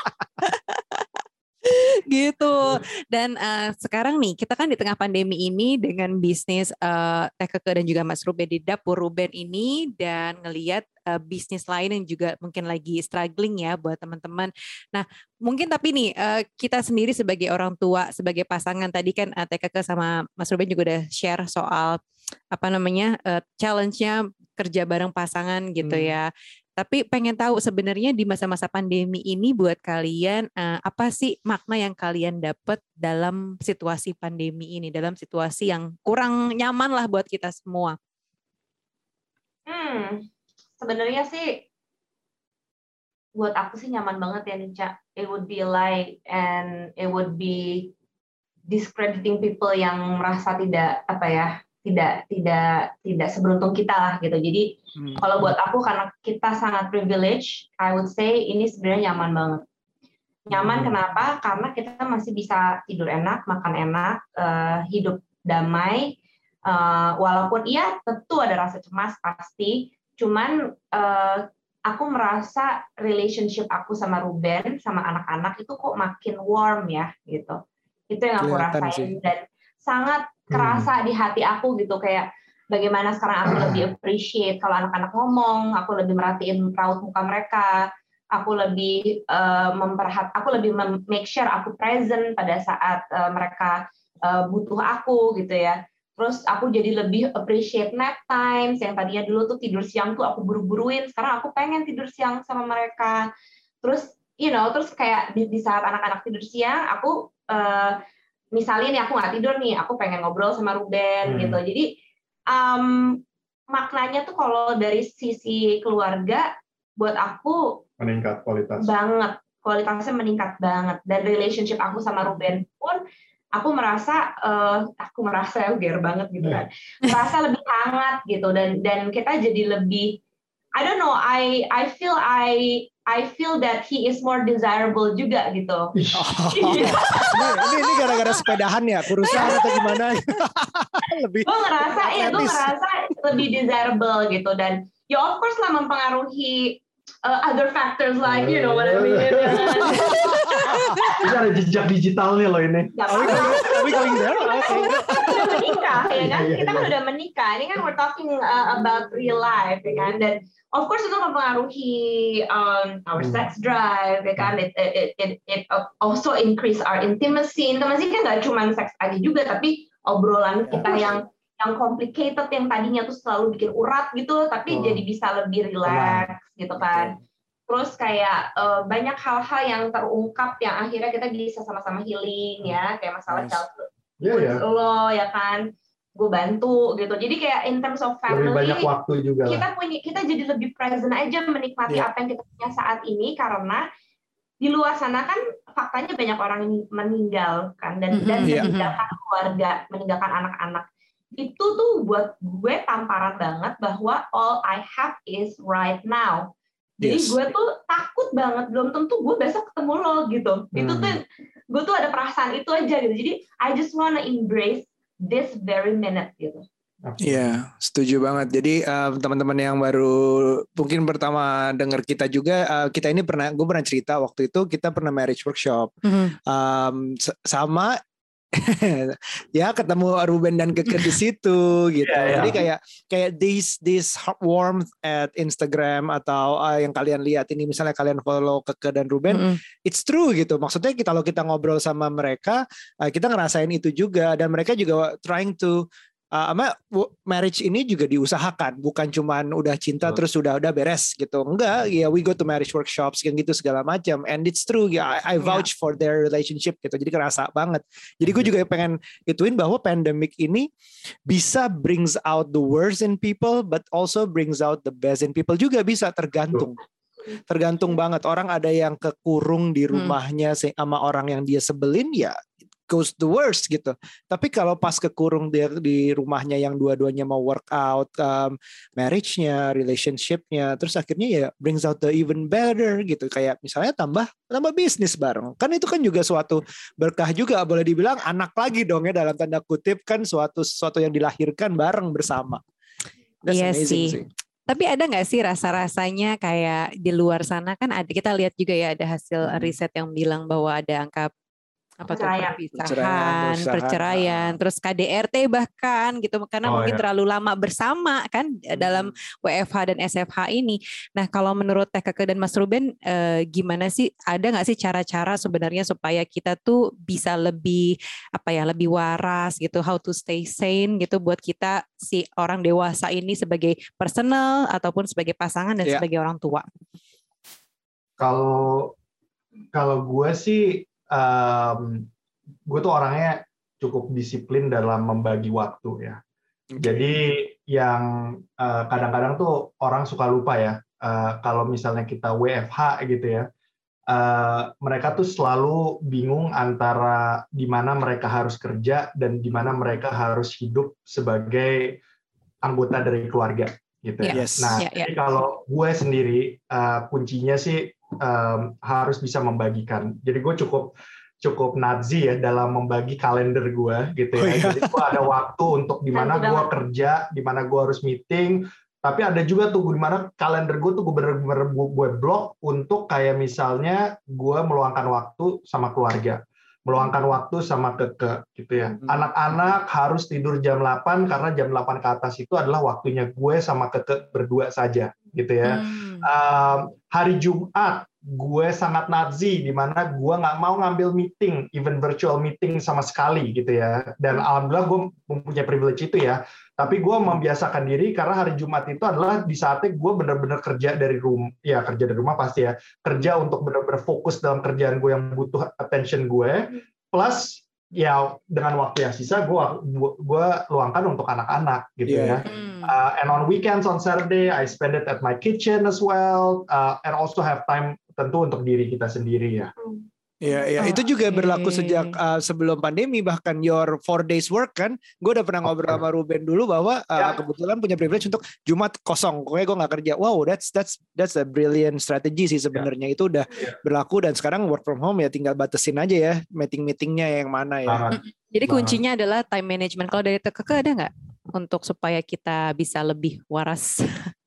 B: Gitu. Dan uh, sekarang nih kita kan di tengah pandemi ini dengan bisnis uh, Teh Keke dan juga Mas Ruben di dapur Ruben ini, dan ngelihat uh, bisnis lain yang juga mungkin lagi struggling ya buat teman-teman. Nah mungkin tapi nih uh, kita sendiri sebagai orang tua, sebagai pasangan, tadi kan uh, Teh Keke sama Mas Ruben juga udah share soal apa namanya uh, challenge-nya kerja bareng pasangan gitu hmm. ya. Tapi pengen tahu sebenarnya di masa-masa pandemi ini buat kalian uh, apa sih makna yang kalian dapat dalam situasi pandemi ini, dalam situasi yang kurang nyaman lah buat kita semua?
A: Hmm, sebenarnya sih buat aku sih nyaman banget ya Nica. It would be like and it would be discrediting people yang merasa tidak apa ya, tidak tidak tidak seberuntung kita lah gitu. Jadi hmm. kalau buat aku karena kita sangat privilege, I would say ini sebenarnya nyaman banget. Nyaman hmm. kenapa? Karena kita masih bisa tidur enak, makan enak, uh, hidup damai. Uh, walaupun iya tentu ada rasa cemas pasti, cuman uh, aku merasa relationship aku sama Ruben, sama anak-anak itu kok makin warm ya gitu. Itu yang aku Kelihatan rasain sih. Dan sangat kerasa hmm. di hati aku gitu, kayak bagaimana sekarang aku lebih appreciate kalau anak-anak ngomong, aku lebih merhatiin raut muka mereka, aku lebih uh, memperhat, aku lebih make sure aku present pada saat uh, mereka uh, butuh aku gitu ya. Terus aku jadi lebih appreciate nap times, yang tadinya dulu tuh tidur siang tuh aku buru-buruin, sekarang aku pengen tidur siang sama mereka. Terus, you know, terus kayak di, di saat anak-anak tidur siang, aku uh, misalnya nih aku nggak tidur nih, aku pengen ngobrol sama Ruben hmm. gitu. Jadi um, maknanya tuh kalau dari sisi keluarga, buat aku
D: meningkat kualitas
A: banget, kualitasnya meningkat banget. Dan relationship aku sama Ruben pun aku merasa uh, aku merasa gear banget gitu kan, merasa lebih hangat gitu, dan dan kita jadi lebih, I don't know, I I feel I I feel that he is more desirable juga gitu. Oh,
C: ini, ini ini gara-gara sepedahan ya, kurusan atau gimana? Lebih.
A: Gue ngerasa ya, gue ngerasa lebih desirable gitu, dan ya of course lah mempengaruhi uh, other factors like you know what I mean.
D: Ini ada jejak digitalnya loh ini.
C: Tapi going there,
A: udah menikah ya kan? Kita kan udah menikah. Ini kan we're talking uh, about real life ya kan? Dan of course itu mempengaruhi um, our sex drive ya kan? It it it, it also increase our intimacy. Intimacy kan nggak cuma seks aja juga, tapi obrolan kita yang yang complicated, yang tadinya tuh selalu bikin urat gitu, tapi oh. jadi bisa lebih relax gitu kan. Terus kayak uh, banyak hal-hal yang terungkap yang akhirnya kita bisa sama-sama healing ya, kayak masalah nice. childhood yeah, yeah. lo ya kan, gue bantu gitu. Jadi kayak in terms of family,
D: lebih banyak waktu juga
A: kita
D: lah.
A: punya, kita jadi lebih present aja menikmati yeah. apa yang kita punya saat ini, karena di luar sana kan faktanya banyak orang yang meninggal kan, dan mm-hmm. dan yeah. meninggalkan keluarga, meninggalkan anak-anak. Itu tuh buat gue tamparan banget bahwa all I have is right now. Jadi yes. gue tuh takut banget, belum tentu gue besok ketemu lo gitu. Hmm. Itu tuh gue tuh ada perasaan itu aja gitu. Jadi I just wanna embrace this very minute gitu.
C: Iya, yeah, setuju banget. Jadi um, teman-teman yang baru mungkin pertama dengar kita juga, uh, kita ini pernah, gue pernah cerita waktu itu kita pernah marriage workshop mm-hmm. um, sama ya ketemu Ruben dan Keke di situ gitu. Yeah, yeah. Jadi kayak kayak this this warmth at Instagram atau uh, yang kalian lihat ini, misalnya kalian follow Keke dan Ruben, mm-hmm. it's true gitu. Maksudnya kita, kalau kita ngobrol sama mereka, uh, kita ngerasain itu juga, dan mereka juga trying to Uh, ama marriage ini juga diusahakan, bukan cuman udah cinta oh. terus udah udah beres gitu. Enggak, ya yeah, we go to marriage workshops kan gitu segala macam, and it's true ya, I, I vouch yeah. for their relationship gitu. Jadi kerasa banget. Jadi gue juga pengen ituin bahwa pandemic ini bisa brings out the worst in people, but also brings out the best in people juga, bisa tergantung. Tergantung banget. Orang ada yang kekurung di rumahnya hmm. sama orang yang dia sebelin, ya goes the worst gitu. Tapi kalau pas kekurung dia di rumahnya yang dua-duanya mau work out um, marriage-nya, relationship-nya, terus akhirnya ya brings out the even better gitu. Kayak misalnya tambah tambah bisnis bareng. Kan itu kan juga suatu berkah juga, boleh dibilang anak lagi dong ya, dalam tanda kutip kan, suatu sesuatu yang dilahirkan bareng bersama. That's
B: iya
C: amazing
B: sih.
C: sih.
B: Tapi ada nggak sih rasa-rasanya kayak di luar sana kan ada, kita lihat juga ya ada hasil hmm. riset yang bilang bahwa ada angka apa tuh perpisahan, perceraian, perceraian, terus K D R T bahkan gitu, karena oh, mungkin iya. terlalu lama bersama kan hmm. dalam W F H dan S F H ini. Nah kalau menurut Teh Keke dan Mas Ruben, eh, gimana sih, ada nggak sih cara-cara sebenarnya supaya kita tuh bisa lebih apa ya, lebih waras gitu, how to stay sane gitu buat kita si orang dewasa ini sebagai personal ataupun sebagai pasangan dan yeah. sebagai orang tua?
D: Kalau kalau gue sih Um, gue tuh orangnya cukup disiplin dalam membagi waktu ya. Okay. Jadi yang uh, kadang-kadang tuh orang suka lupa ya. uh, kalau misalnya kita W F H gitu ya, uh, mereka tuh selalu bingung antara di mana mereka harus kerja dan di mana mereka harus hidup sebagai anggota dari keluarga gitu ya.
C: Yes.
D: Nah,
B: Yeah, yeah.
D: jadi kalau gue sendiri uh, kuncinya sih um, harus bisa membagikan. Jadi gue cukup cukup Nazi ya dalam membagi kalender gue gitu ya.
C: Oh, iya.
D: Jadi gue ada waktu untuk di mana gue kerja, di mana gue harus meeting. Tapi ada juga tuh di mana kalender gue tuh gue bener-bener gue blok untuk kayak misalnya gue meluangkan waktu sama keluarga, meluangkan waktu sama keke gitu ya.
C: Hmm.
D: Anak-anak harus tidur jam delapan karena jam delapan ke atas itu adalah waktunya gue sama keke berdua saja gitu ya.
B: Hmm.
D: Um, hari Jumat gue sangat Nazi di mana gue nggak mau ngambil meeting, even virtual meeting sama sekali gitu ya. Dan alhamdulillah gue mempunyai privilege itu ya. Tapi gue membiasakan diri karena hari Jumat itu adalah di saatnya gue benar-benar kerja dari rumah, ya kerja dari rumah pasti ya, kerja untuk benar-benar fokus dalam kerjaan gue yang butuh attention gue, plus ya dengan waktu yang sisa gue gue luangkan untuk anak-anak gitu
C: Yeah.
D: ya. Uh, and on weekends on Saturday I spend it at my kitchen as well, uh, and also have time tentu untuk diri kita sendiri ya.
C: Iya, iya.
B: Oh,
C: Itu juga
B: okay.
C: berlaku sejak uh, sebelum pandemi, bahkan your four days work kan. Gue udah pernah ngobrol sama Ruben dulu bahwa uh,
D: Ya.
C: kebetulan punya privilege untuk Jumat kosong. Pokoknya gue nggak kerja. Wow, that's that's that's a brilliant strategy sih sebenarnya. Itu udah
D: Ya.
C: berlaku dan sekarang work from home ya tinggal batasin aja ya meeting-meetingnya yang mana ya.
D: Banget.
B: Jadi
D: Banget.
B: kuncinya adalah time management. Kalau dari Keke ada nggak untuk supaya kita bisa lebih waras?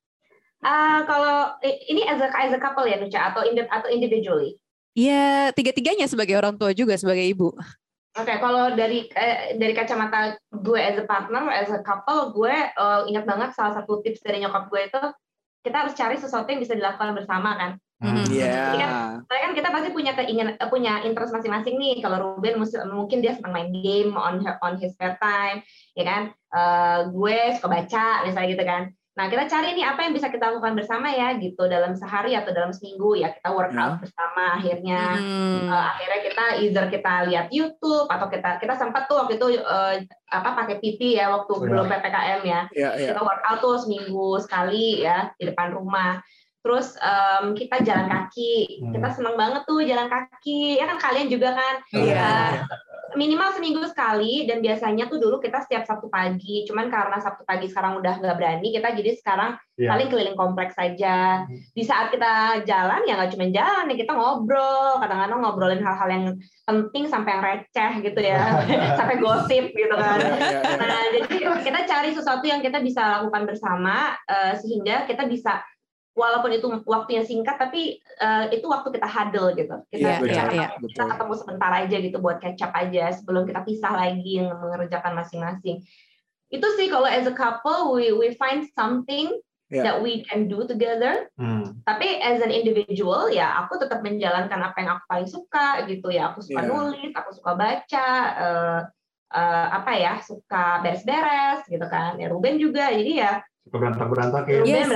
A: Uh, kalau ini as a, as a couple ya Nucha atau indi, atau individually?
B: Iya, tiga-tiganya sebagai orang tua juga sebagai ibu.
A: Oke, okay, kalau dari eh, dari kacamata gue as a partner, as a couple, gue uh, ingat banget salah satu tips dari nyokap gue itu kita harus cari sesuatu yang bisa dilakukan bersama kan.
D: Hmm.
C: Iya.
A: Jadi kan, kan kita pasti punya keinginan, punya interest masing-masing nih. Kalau Ruben mungkin dia senang main game on her, on his spare time, ya kan. Uh, gue suka baca misalnya gitu kan. Nah, kita cari nih apa yang bisa kita lakukan bersama ya gitu dalam sehari atau dalam seminggu ya kita workout yeah. bersama akhirnya hmm. uh, akhirnya kita either kita lihat YouTube atau kita kita sempat tuh waktu itu uh, apa pakai P T ya waktu yeah. belum P P K M ya. Yeah, yeah. Kita workout tuh seminggu sekali ya di depan rumah. Terus um, kita jalan kaki. Hmm. Kita seneng banget tuh jalan kaki. Ya kan kalian juga kan.
B: Iya. Yeah.
A: Uh, minimal seminggu sekali dan biasanya tuh dulu kita setiap Sabtu pagi, cuman karena Sabtu pagi sekarang udah nggak berani, kita jadi sekarang yeah. paling keliling kompleks saja. Di saat kita jalan ya nggak cuma jalan, ya kita ngobrol, kadang-kadang ngobrolin hal-hal yang penting sampai yang receh gitu ya, sampai gosip gitu kan. Nah jadi kita cari sesuatu yang kita bisa lakukan bersama uh, sehingga kita bisa walaupun itu waktunya singkat, tapi uh, itu waktu kita huddle gitu. Kita,
B: yeah,
A: kita,
B: yeah,
A: ketemu,
B: yeah.
A: kita ketemu sebentar aja gitu buat catch up aja sebelum kita pisah lagi mengerjakan masing-masing. Itu sih kalau as a couple we we find something yeah. that we can do together. Hmm. Tapi as an individual ya aku tetap menjalankan apa yang aku paling suka gitu ya. Aku suka yeah. nulis, aku suka baca, uh, uh, apa ya, suka beres-beres gitu kan. Ya Ruben juga. Jadi ya
D: berantak-berantak ya.
A: Yes,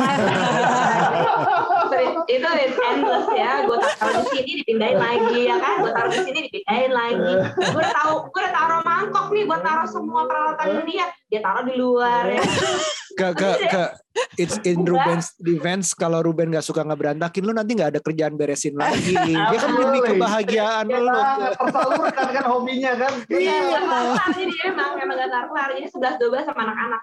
A: itu is endless ya. Gue taruh di sini dipindahin lagi ya kan. Gue taruh di sini dipindahin lagi. Gue udah tahu, gue udah taruh mangkok nih buat taruh semua peralatan ini ya. Dia taruh di luar ya.
C: Ke ke ke it's in Ruben's defense, kalau Ruben nggak suka ngeberantakin lu nanti nggak ada kerjaan beresin lagi. Dia kan demi kebahagiaan
D: ya,
C: lu.
D: Tersalurkan kan hobinya kan.
A: Iya, jadi emang emang gak kelar. Ini sebelas dua belas sama anak-anak.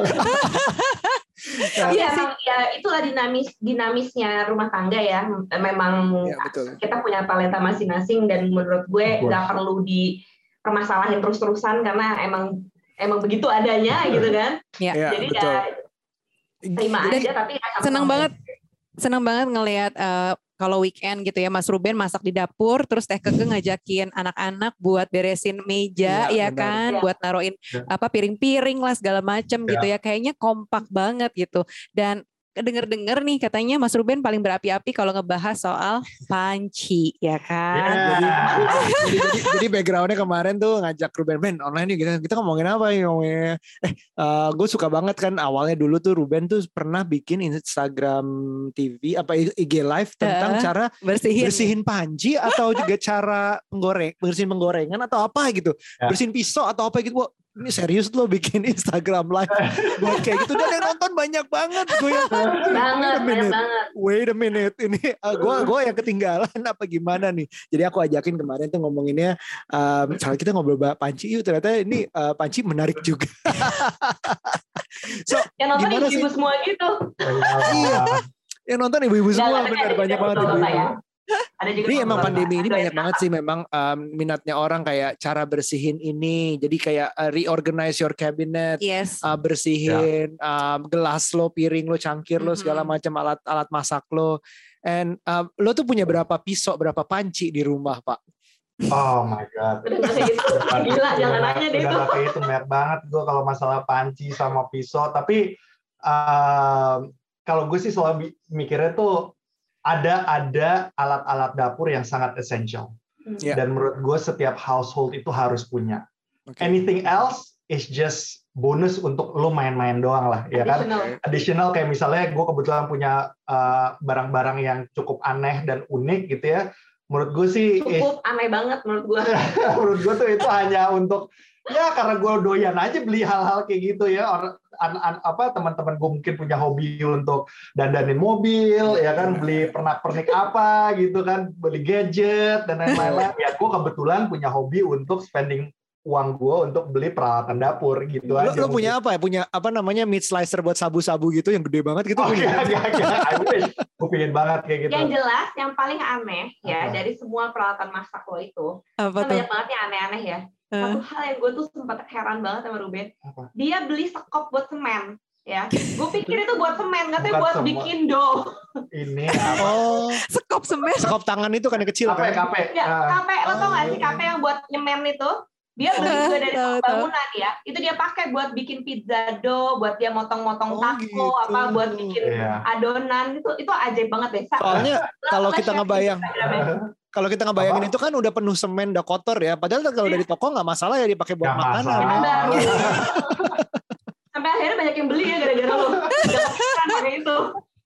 A: Tapi ya, emang ya itulah dinamis dinamisnya rumah tangga ya. Memang ya, kita punya talenta masing-masing dan menurut gue nggak perlu dipermasalahin terus-terusan karena emang emang begitu adanya gitu kan.
B: Ya,
A: jadi
C: betul.
A: ya terima
B: dan
A: aja tapi ya,
B: senang banget senang banget ngelihat uh, kalau weekend gitu ya Mas Ruben masak di dapur terus Teh Keke ngajakin anak-anak buat beresin meja ya, ya kan ya. Buat naruhin ya. Apa piring-piring lah segala macam ya. Gitu ya kayaknya kompak banget gitu. Dan denger-denger nih katanya Mas Ruben paling berapi-api kalau ngebahas soal panci ya kan.
C: Yeah. Jadi, jadi, jadi, jadi backgroundnya kemarin tuh ngajak Ruben, Ben online yuk kita, kita ngomongin apa ya ngomongin. Eh uh, gue suka banget kan awalnya dulu tuh Ruben tuh pernah bikin Instagram T V apa I G live tentang uh, cara bersihin. bersihin panci atau juga cara penggoreng, bersihin penggorengan atau apa gitu. Yeah. Bersihin pisau atau apa gitu. ini serius lo bikin Instagram live buat kayak gitu, dan yang nonton banyak banget. Gue yang
A: banget, banyak banget.
C: Wait a minute, ini uh, gue gue yang ketinggalan apa gimana nih? Jadi aku ajakin kemarin tuh ngomonginnya, um, soal kita ngobrol Panci, yuk ternyata ini uh, Panci menarik juga. So,
A: yang nonton ibu-ibu semua gitu.
C: Iya, yang nonton ibu-ibu semua, benar banyak banget ibu-ibu.
A: Ya. Ada juga
C: ini emang pandemi ini banyak banget sih memang um, minatnya orang kayak cara bersihin ini, jadi kayak uh, reorganize your cabinet,
B: yes.
C: uh, bersihin yeah. um, gelas lo, piring lo, cangkir lo, mm-hmm. segala macam alat-alat masak lo. And um, lo tuh punya berapa pisau, berapa panci di rumah, Pak?
D: Oh my god.
A: Udah gitu. Gila, jangan nanya deh itu.
D: Udah kayak itu banyak banget gue kalau masalah panci sama pisau. Tapi um, kalau gue sih selalu mikirnya tuh ada ada alat-alat dapur yang sangat essential. Yeah. Dan menurut gue setiap household itu harus punya. Okay. Anything else is just bonus untuk lo main-main doang lah, ya kan? Additional kayak misalnya gue kebetulan punya uh, barang-barang yang cukup aneh dan unik gitu ya. Menurut gue sih
A: cukup is, aneh banget menurut gue.
D: Menurut gue tuh itu hanya untuk ya karena gue doyan aja beli hal-hal kayak gitu ya. Orang an, an, apa teman-teman gue mungkin punya hobi untuk dandanin mobil, ya kan, beli pernak-pernik apa gitu kan, beli gadget dan lain-lain. Ya gue kebetulan punya hobi untuk spending uang gue untuk beli peralatan dapur gitu
C: lo,
D: aja.
C: Lo punya apa ya? Punya apa namanya meat slicer buat sabu-sabu gitu yang gede banget gitu?
D: Oh,
C: punya?
D: Gak, gak, gak. I wish. Gue pengen banget kayak gitu.
A: Yang jelas, yang paling aneh ya apa? Dari semua peralatan masak lo itu, apa kan banyak banget yang aneh-aneh ya. Uh. Satu hal yang gue tuh sempat heran banget sama Ruben, apa? Dia beli sekop buat semen. Ya, gue pikir itu buat semen, katanya buat semua. Bikin dough.
D: Ini apa?
C: Oh,
B: sekop semen.
C: Sekop tangan itu kan yang kecil
D: kape,
C: kan?
D: Kape,
A: ya, kape. Lo tau gak sih kape yang buat nyemen itu? Dia beli juga dari bangunan ya. Itu dia pakai buat bikin pizza dough, buat dia motong-motong oh, taco, gitu. Apa buat bikin yeah. adonan. Itu itu ajaib banget deh.
C: Soalnya kalau kita ngebayang, kalau kita ngebayangin apa? Itu kan udah penuh semen, udah kotor ya. Padahal kalau dari toko nggak masalah ya dipakai buat gak makanan. Ya.
A: Sampai akhirnya banyak yang beli ya gara-gara lo. Jangan pakai itu.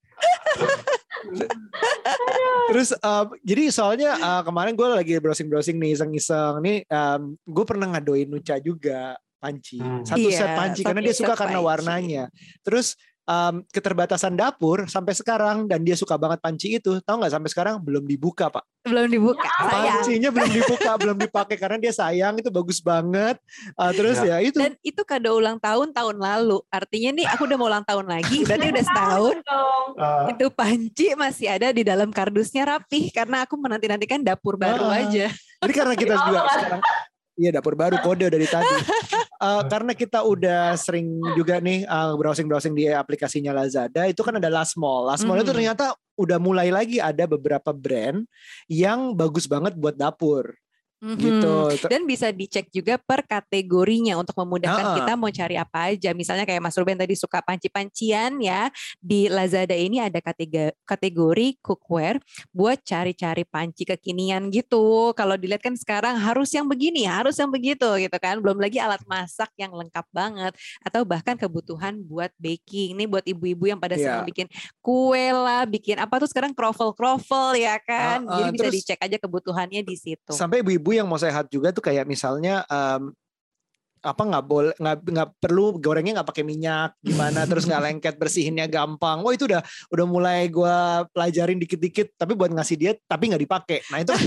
C: Terus uh, jadi soalnya uh, kemarin gue lagi browsing-browsing nih iseng-iseng nih um, gue pernah ngadoin Nucha juga panci hmm. satu yeah, set panci karena dia suka karena panci. Warnanya. Terus um, keterbatasan dapur sampai sekarang dan dia suka banget panci itu, tahu nggak sampai sekarang belum dibuka Pak.
B: Belum dibuka.
C: Ya, pancinya belum dibuka, belum dipakai karena dia sayang, itu bagus banget. Uh, terus ya. ya itu.
B: Dan itu kado ulang tahun tahun lalu. Artinya nih aku udah mau ulang tahun lagi, berarti udah setahun. Uh. Itu panci masih ada di dalam kardusnya rapih karena aku menanti-nantikan dapur baru uh. aja.
C: Jadi karena kita juga sekarang iya dapur baru kode dari tadi. Uh, karena kita udah sering juga nih uh, browsing-browsing di aplikasinya Lazada, itu kan ada Last Mall. Last Mall mm. itu ternyata udah mulai lagi ada beberapa brand yang bagus banget buat dapur. Mm-hmm. Gitu.
B: Dan bisa dicek juga per kategorinya untuk memudahkan uh-uh. kita mau cari apa aja. Misalnya kayak Mas Ruben tadi suka panci-pancian ya. Di Lazada ini ada kategori, kategori cookware buat cari-cari panci kekinian gitu. Kalau dilihat kan sekarang harus yang begini, harus yang begitu gitu kan. Belum lagi alat masak yang lengkap banget. Atau bahkan kebutuhan buat baking. Ini buat ibu-ibu yang pada yeah. senang bikin kue lah, bikin apa tuh sekarang kroffel-kroffel ya kan. Uh, uh, Jadi bisa terus, dicek aja kebutuhannya di situ.
C: Sampai ibu-ibu yang mau sehat juga tuh kayak misalnya um, apa nggak boleh nggak nggak perlu gorengnya nggak pakai minyak gimana terus nggak lengket bersihinnya gampang. Wah itu udah udah mulai gue pelajarin dikit-dikit tapi buat ngasih dia tapi nggak dipakai. Nah itu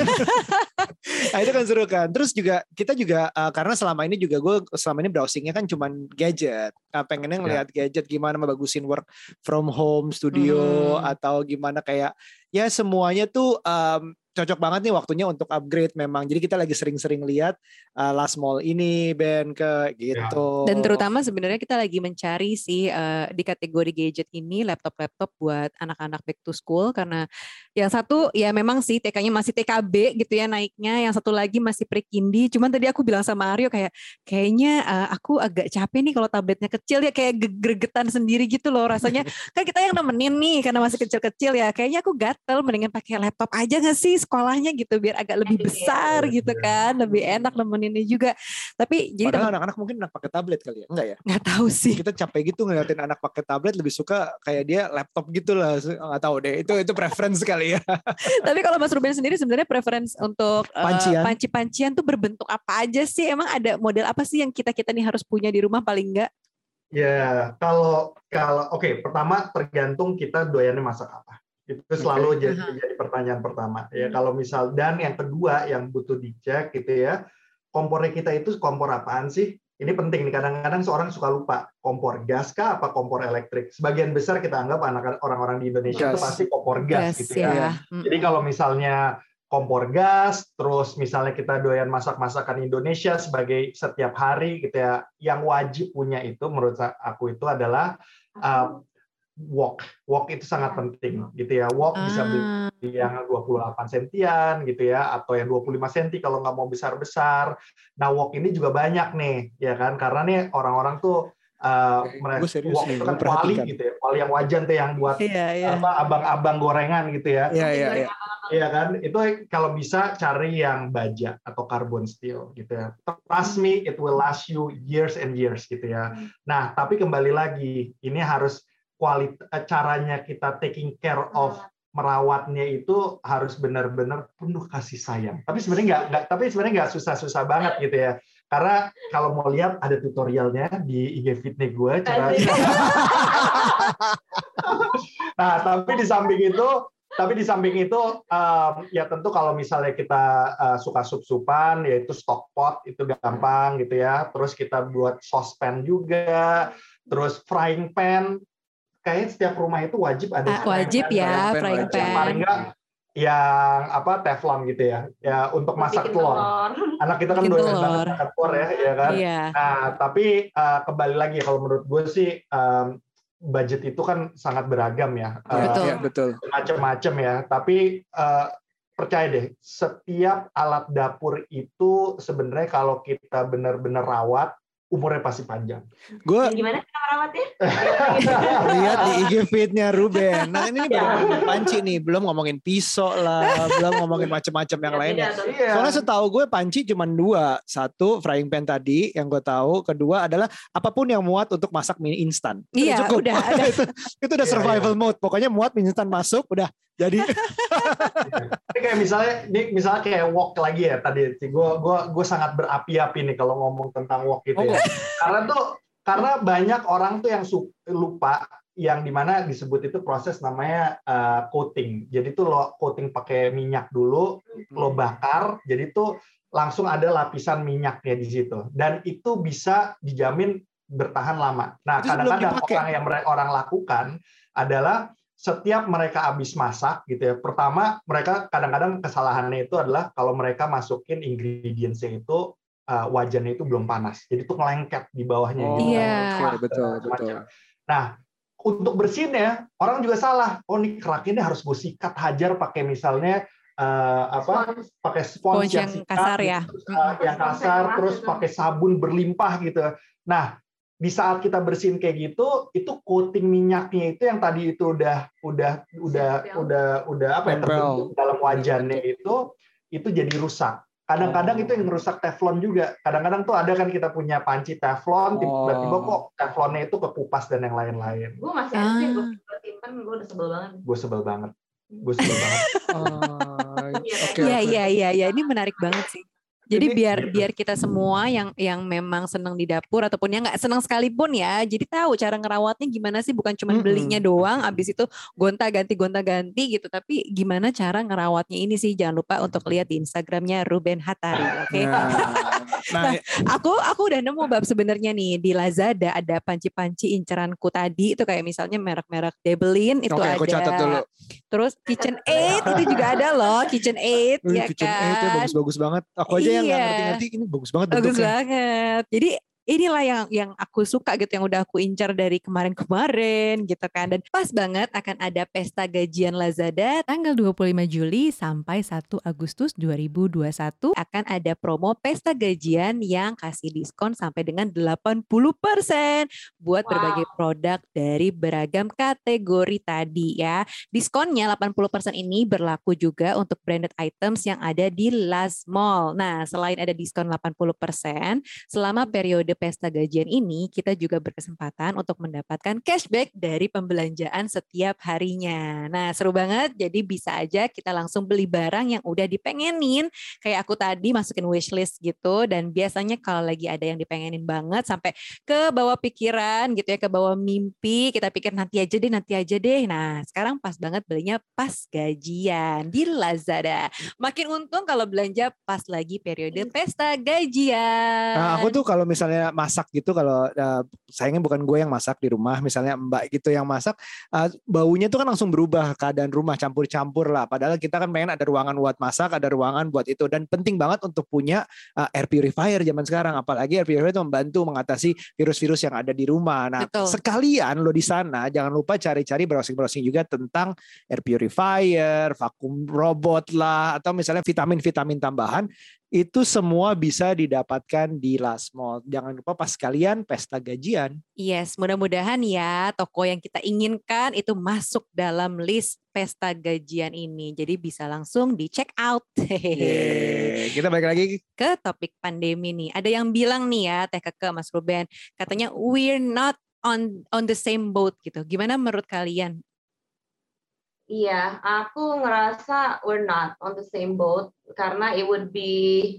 C: nah itu kan seru kan. Terus juga kita juga uh, karena selama ini juga gue selama ini browsingnya kan cuman gadget. Uh, pengennya ngelihat yeah. gadget gimana membagusin work from home studio hmm. atau gimana kayak ya semuanya tuh um, cocok banget nih waktunya untuk upgrade memang. Jadi kita lagi sering-sering lihat uh, Last Mall ini Ben ke gitu.
B: Dan terutama sebenarnya kita lagi mencari sih uh, di kategori gadget ini laptop-laptop buat anak-anak back to school karena yang satu ya memang sih T K-nya masih T K B gitu ya naiknya, yang satu lagi masih pre-kindi. Cuman tadi aku bilang sama Aryo kayak kayaknya uh, aku agak capek nih kalau tabletnya kecil ya, kayak gregetan sendiri gitu loh rasanya. Kan kita yang nemenin nih karena masih kecil-kecil ya. Kayaknya aku gatel mendingan pakai laptop aja nggak sih sekolahnya gitu biar agak lebih besar gitu kan, lebih enak nemeninnya juga. Tapi jadi
C: padahal anak-anak mungkin enak pakai tablet kali ya, enggak ya?
B: Nggak tahu sih.
C: Kita capek gitu ngeliatin anak pakai tablet, lebih suka kayak dia laptop gitu lah, nggak tahu deh. Itu itu preference kali ya.
B: Tapi kalau Mas Ruben sendiri sebenarnya preference untuk
C: Pancian.
B: uh, panci-pancian tuh berbentuk apa aja sih? Emang ada model apa sih yang kita-kita nih harus punya di rumah paling enggak?
D: Ya, kalau kalau oke, okay, pertama tergantung kita doyannya masak apa. Itu selalu okay. jadi, uh-huh. jadi pertanyaan pertama. Ya, kalau misal dan yang kedua yang butuh dicek gitu ya, kompornya kita itu kompor apaan sih? Ini penting nih, kadang-kadang seorang suka lupa, kompor gas kah apa kompor elektrik? Sebagian besar kita anggap anak orang-orang di Indonesia gas. Itu pasti kompor gas, gas gitu ya. ya. Jadi kalau misalnya kompor gas, terus misalnya kita doyan masak-masakan Indonesia sebagai setiap hari gitu ya, yang wajib punya itu menurut aku itu adalah uh, wok. Wok itu sangat penting gitu ya. Wok ah. bisa beli yang dua puluh delapan sentian gitu ya, atau yang dua puluh lima senti kalau nggak mau besar-besar. Nah, wok ini juga banyak nih, ya kan? Karena nih orang-orang tuh Uh, mereka wok itu kan kuali gitu ya, kuali yang wajan tuh yang buat yeah, yeah. apa abang-abang gorengan gitu ya.
C: Iya iya iya.
D: Iya kan, itu kalau bisa cari yang baja atau carbon steel gitu ya. Trust me, it will last you years and years gitu ya. Nah, tapi kembali lagi, ini harus kualitas caranya kita taking care of merawatnya itu harus benar-benar penuh kasih sayang. Tapi sebenarnya nggak, nggak tapi sebenarnya nggak susah-susah banget gitu ya. Karena kalau mau lihat ada tutorialnya di I G Fitness gue cara. Nah, tapi di samping itu, tapi di samping itu um, ya tentu kalau misalnya kita uh, suka sup-supan, yaitu stock pot itu gampang gitu ya. Terus kita buat saucepan juga, terus frying pan. Kayaknya setiap rumah itu wajib ada.
B: Uh, wajib pan, ya frying pan. pan.
D: Paling enggak yang apa teflon gitu ya, ya untuk masak telur. telur. Anak kita kan doyan banget masak telur ya, ya kan. Yeah. Nah, tapi uh, kembali lagi kalau menurut gue sih um, budget itu kan sangat beragam ya.
B: Betul,
D: uh,
C: betul.
D: Macam-macam ya. Tapi uh, percaya deh, setiap alat dapur itu sebenarnya kalau kita benar-benar rawat, umurnya pasti panjang.
A: Gue gimana cara merawatnya?
C: Lihat di I G feed-nya Ruben. Nah, ini baru ngomongin panci nih, belum ngomongin pisau lah, belum ngomongin macam-macam yang lainnya.
D: Iya.
C: Soalnya setahu gue panci cuma dua. Satu frying pan tadi yang gue tahu, kedua adalah apapun yang muat untuk masak mie instan.
B: Iya,
C: cukup.
B: Udah ada.
C: itu, itu udah survival mode. Pokoknya muat mie instan masuk, udah jadi.
D: Ini kayak misalnya, ini misalnya kayak wok lagi ya tadi. Gue gue gue sangat berapi-api nih kalau ngomong tentang wok itu ya. Karena tuh karena banyak orang tuh yang lupa yang dimana disebut itu proses namanya uh, coating. Jadi tuh lo coating pakai minyak dulu, lo bakar. Jadi tuh langsung ada lapisan minyaknya di situ. Dan itu bisa dijamin bertahan lama. Nah, kadang-kadang orang yang orang lakukan adalah setiap mereka habis masak gitu ya. Pertama, mereka kadang-kadang kesalahannya itu adalah kalau mereka masukin ingredients-nya itu uh, wajannya itu belum panas. Jadi itu ngelengket di bawahnya.
C: Oh,
D: gitu.
B: Iya.
C: Okay, betul, betul.
D: Nah, untuk bersihinnya orang juga salah. Oh, nih kerak ini harus gue sikat hajar pakai misalnya uh, apa? Pakai spons
B: yang, yang sikat, kasar ya.
D: Terus, uh, yang kasar terus pakai sabun berlimpah gitu. Nah, di saat kita bersihin kayak gitu, itu coating minyaknya itu yang tadi itu udah udah udah udah udah apa ya terbentuk dalam wajannya itu itu jadi rusak. Kadang-kadang itu yang rusak teflon juga. Kadang-kadang tuh ada kan kita punya panci teflon, tiba-tiba kok teflonnya itu kekupas dan yang lain-lain.
A: Gue masih ada sih, gue simpan, gue udah sebel banget.
D: Gue sebel banget. Gue sebel banget.
B: Iya iya iya iya, ini menarik banget sih. Jadi biar biar kita semua yang yang memang senang di dapur ataupun yang nggak senang sekalipun ya, jadi tahu cara ngerawatnya gimana sih, bukan cuma belinya doang, abis itu gonta-ganti gonta-ganti gitu, tapi gimana cara ngerawatnya ini sih. Jangan lupa untuk lihat di Instagramnya Ruben Hattari, oke? Okay? Nah, nah, aku aku udah nemu bab sebenarnya nih di Lazada ada panci-panci inceranku tadi itu kayak misalnya merek-merek Debelin itu
C: okay,
B: ada.
C: Aku catat dulu.
B: Terus KitchenAid itu juga ada loh, KitchenAid ya
C: KitchenAid
B: kan.
C: ya bagus-bagus banget. Aku aja yang nggak ngerti-ngerti ini bagus banget bentuknya.
B: Bagus banget. Jadi inilah yang yang aku suka gitu, yang udah aku incar dari kemarin-kemarin gitu kan. Dan pas banget akan ada pesta gajian Lazada tanggal dua puluh lima Juli sampai satu Agustus dua ribu dua puluh satu. Akan ada promo pesta gajian yang kasih diskon sampai dengan delapan puluh persen buat
A: Wow.
B: berbagai produk dari beragam kategori tadi ya. Diskonnya delapan puluh persen ini berlaku juga untuk branded items yang ada di Last Mall. Nah, selain ada diskon delapan puluh persen, selama periode pesta gajian ini kita juga berkesempatan untuk mendapatkan cashback dari pembelanjaan setiap harinya. Nah, seru banget. Jadi bisa aja kita langsung beli barang yang udah dipengenin. Kayak aku tadi masukin wishlist gitu. Dan biasanya kalau lagi ada yang dipengenin banget sampai ke bawah pikiran gitu ya, ke bawah mimpi, kita pikir nanti aja deh, nanti aja deh. Nah, sekarang pas banget belinya pas gajian di Lazada. Makin untung kalau belanja pas lagi periode pesta gajian.
C: Nah, aku tuh kalau misalnya masak gitu, kalau uh, sayangnya bukan gue yang masak di rumah, misalnya mbak gitu yang masak, uh, baunya tuh kan langsung berubah keadaan rumah, campur-campur lah. Padahal kita kan pengen ada ruangan buat masak, ada ruangan buat itu, dan penting banget untuk punya uh, air purifier zaman sekarang. Apalagi air purifier itu membantu mengatasi virus-virus yang ada di rumah. Nah,
B: Betul.
C: sekalian lo di sana jangan lupa cari-cari browsing-browsing juga tentang air purifier, vakum robot lah, atau misalnya vitamin-vitamin tambahan. Itu semua bisa didapatkan di Last Mall. Jangan lupa pas kalian pesta gajian.
B: Yes, mudah-mudahan ya toko yang kita inginkan itu masuk dalam list pesta gajian ini. Jadi bisa langsung di check out.
C: Yeay. Kita balik lagi
B: ke topik pandemi nih. Ada yang bilang nih ya, Teh Keke, Mas Ruben, katanya we're not on on the same boat gitu. Gimana menurut kalian?
A: Iya, aku ngerasa we're not on the same boat karena it would be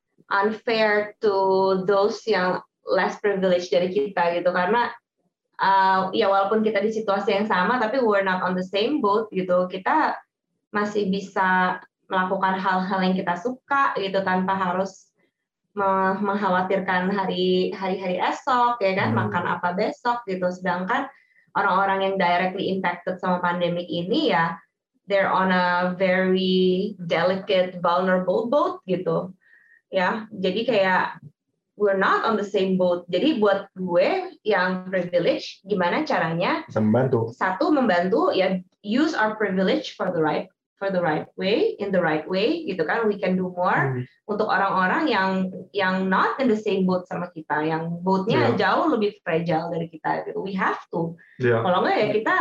A: unfair to those yang less privileged dari kita gitu, karena uh, ya walaupun kita di situasi yang sama tapi we're not on the same boat gitu. Kita masih bisa melakukan hal-hal yang kita suka gitu tanpa harus mengkhawatirkan hari hari-hari esok ya kan, hmm. makan apa besok gitu. Sedangkan orang-orang yang directly impacted sama pandemic ini ya, they're on a very delicate, vulnerable boat gitu. Ya, jadi kayak we're not on the same boat. Jadi buat gue yang privilege, gimana caranya?
D: Membantu.
A: Satu, membantu ya, use our privilege for the right for the right way, in the right way gitu kan. We can do more hmm. untuk orang-orang yang yang not in the same boat sama kita, yang boatnya yeah. jauh lebih fragile dari kita gitu. We have to. Yeah. Kalau enggak ya kita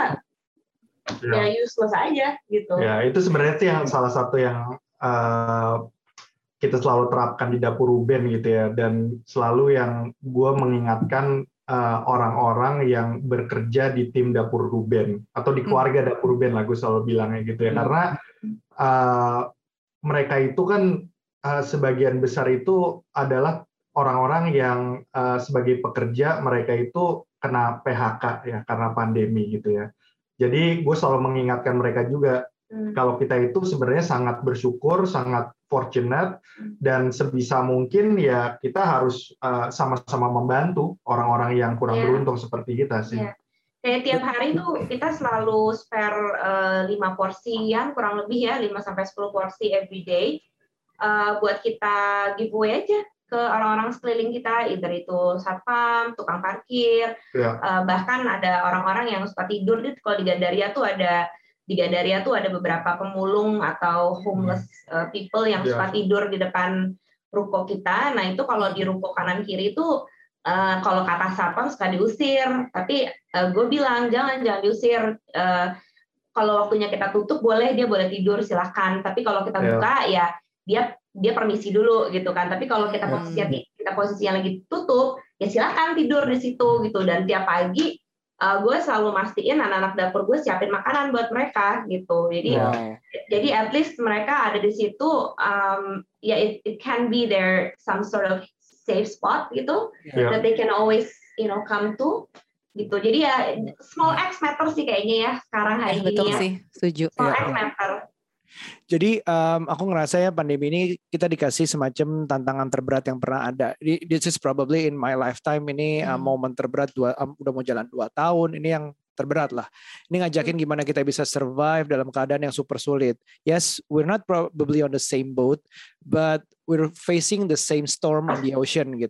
A: yeah. ya useless aja gitu.
D: Ya, yeah, itu sebenarnya sih yang salah satu yang uh, kita selalu terapkan di dapur Ruben gitu ya, dan selalu yang gue mengingatkan uh, orang-orang yang bekerja di tim dapur Ruben atau di keluarga hmm. dapur Ruben lah, gue selalu bilangnya gitu ya, hmm. karena uh, mereka itu kan uh, sebagian besar itu adalah orang-orang yang uh, sebagai pekerja mereka itu kena P H K ya karena pandemi gitu ya. Jadi gue selalu mengingatkan mereka juga hmm. kalau kita itu sebenarnya sangat bersyukur, sangat fortunate, dan sebisa mungkin ya kita harus uh, sama-sama membantu orang-orang yang kurang yeah. beruntung seperti kita sih.
A: Yeah. Kayak tiap hari tuh kita selalu spare uh, lima porsian kurang lebih ya, lima sampai sepuluh porsi every day uh, buat kita giveaway aja ke orang-orang sekeliling kita, either itu satpam, tukang parkir, yeah. uh, bahkan ada orang-orang yang suka tidur. Kalau di Gandaria tuh ada di Gandaria tuh ada beberapa pemulung atau homeless uh, people yang yeah. suka tidur di depan ruko kita. Nah itu kalau di ruko kanan kiri itu uh, kalau kata satpam suka diusir, tapi uh, gue bilang jangan jangan diusir. Uh, kalau waktunya kita tutup boleh, dia boleh tidur silahkan. Tapi kalau kita yeah. buka ya dia dia permisi dulu gitu kan. Tapi kalau kita posisinya kita posisinya lagi tutup ya silahkan tidur di situ gitu. Dan tiap pagi Uh, gue selalu mastiin anak-anak dapur gue siapin makanan buat mereka gitu. Jadi wow. jadi at least mereka ada di situ. Um, ya yeah, it, it can be their some sort of safe spot gitu yeah. that they can always you know come to gitu. Jadi ya small acts matter sih kayaknya ya sekarang hari
B: eh, ini betul
A: ya.
B: Sih, setuju.
A: Small
C: yeah.
A: acts matter.
C: Jadi um, aku ngerasa ya pandemi ini kita dikasih semacam tantangan terberat yang pernah ada. This is probably in my lifetime ini hmm. uh, momen terberat dua, um, udah mau jalan dua tahun. Ini yang terberat lah. Ini ngajakin gimana kita bisa survive dalam keadaan yang super sulit. Yes, we're not probably on the same boat, but we're facing the same storm on the ocean gitu.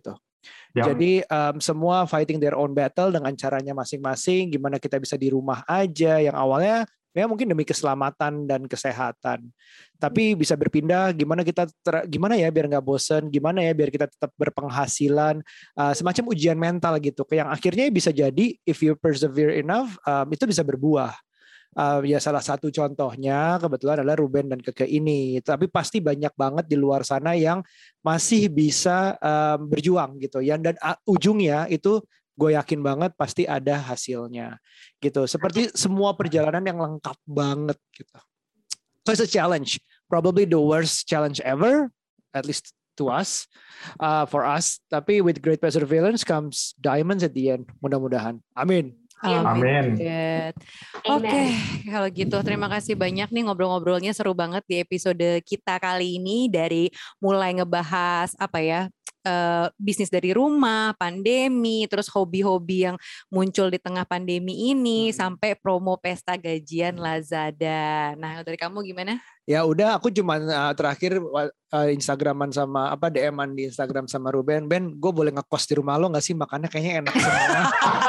C: Ya. Jadi um, semua fighting their own battle dengan caranya masing-masing. Gimana kita bisa di rumah aja yang awalnya ya mungkin demi keselamatan dan kesehatan, tapi bisa berpindah. Gimana kita ter, gimana ya biar nggak bosen, gimana ya biar kita tetap berpenghasilan, uh, semacam ujian mental gitu. Yang akhirnya bisa jadi if you persevere enough, um, itu bisa berbuah. Uh, ya salah satu contohnya kebetulan adalah Ruben dan Keke ini. Tapi pasti banyak banget di luar sana yang masih bisa um, berjuang gitu ya. Dan uh, ujungnya itu gue yakin banget pasti ada hasilnya gitu. Seperti semua perjalanan yang lengkap banget gitu. So it's a challenge, probably the worst challenge ever, at least to us, uh, for us. Tapi with great perseverance comes diamonds at the end. Mudah-mudahan. Amin.
D: Amin.
B: Oke, okay, kalau gitu terima kasih banyak nih ngobrol-ngobrolnya seru banget di episode kita kali ini, dari mulai ngebahas apa ya, uh, bisnis dari rumah, pandemi, terus hobi-hobi yang muncul di tengah pandemi ini, hmm. sampai promo pesta gajian Lazada. Nah, dari kamu gimana?
C: Ya udah, aku cuma uh, terakhir uh, Instagraman sama apa D M-an di Instagram sama Ruben. Ben, gue boleh ngekos di rumah lo nggak sih? Makannya kayaknya enak semua.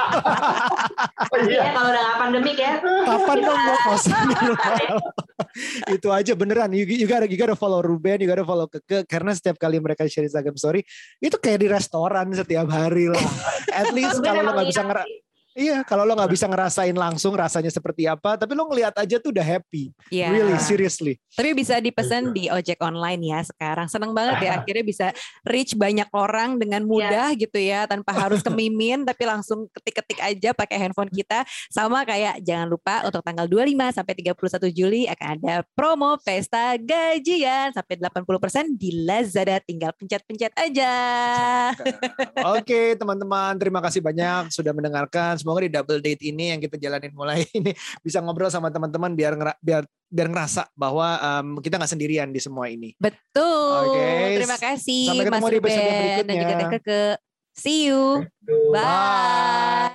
A: Iya, kalau udah nggak pandemi ya.
C: Kapan dong gue kos di rumah lo? Itu aja beneran. You, you gotta, you gotta follow Ruben, you gotta follow Keke, karena setiap kali mereka share Instagram story itu kayak di restoran setiap hari lah. At least kalau lo nggak bisa ngera Iya, kalau lo nggak bisa ngerasain langsung rasanya seperti apa, tapi lo ngelihat aja tuh udah happy. Yeah. Really, seriously.
B: Tapi bisa dipesan di ojek online ya sekarang. Seneng banget ya, akhirnya bisa reach banyak orang dengan mudah yeah. gitu ya, tanpa harus ke mimin, tapi langsung ketik-ketik aja pakai handphone kita. Sama kayak jangan lupa untuk tanggal dua puluh lima sampai tiga puluh satu Juli akan ada promo pesta gajian sampai delapan puluh persen di Lazada. Tinggal pencet-pencet aja.
C: Oke, teman-teman, terima kasih banyak sudah mendengarkan. Semoga di double date ini yang kita jalanin mulai ini bisa ngobrol sama teman-teman biar biar biar ngerasa bahwa um, kita nggak sendirian di semua ini.
B: Betul. Okay. Terima kasih Mas Ruben dan juga Teh Keke. See you.
C: Bye. Bye.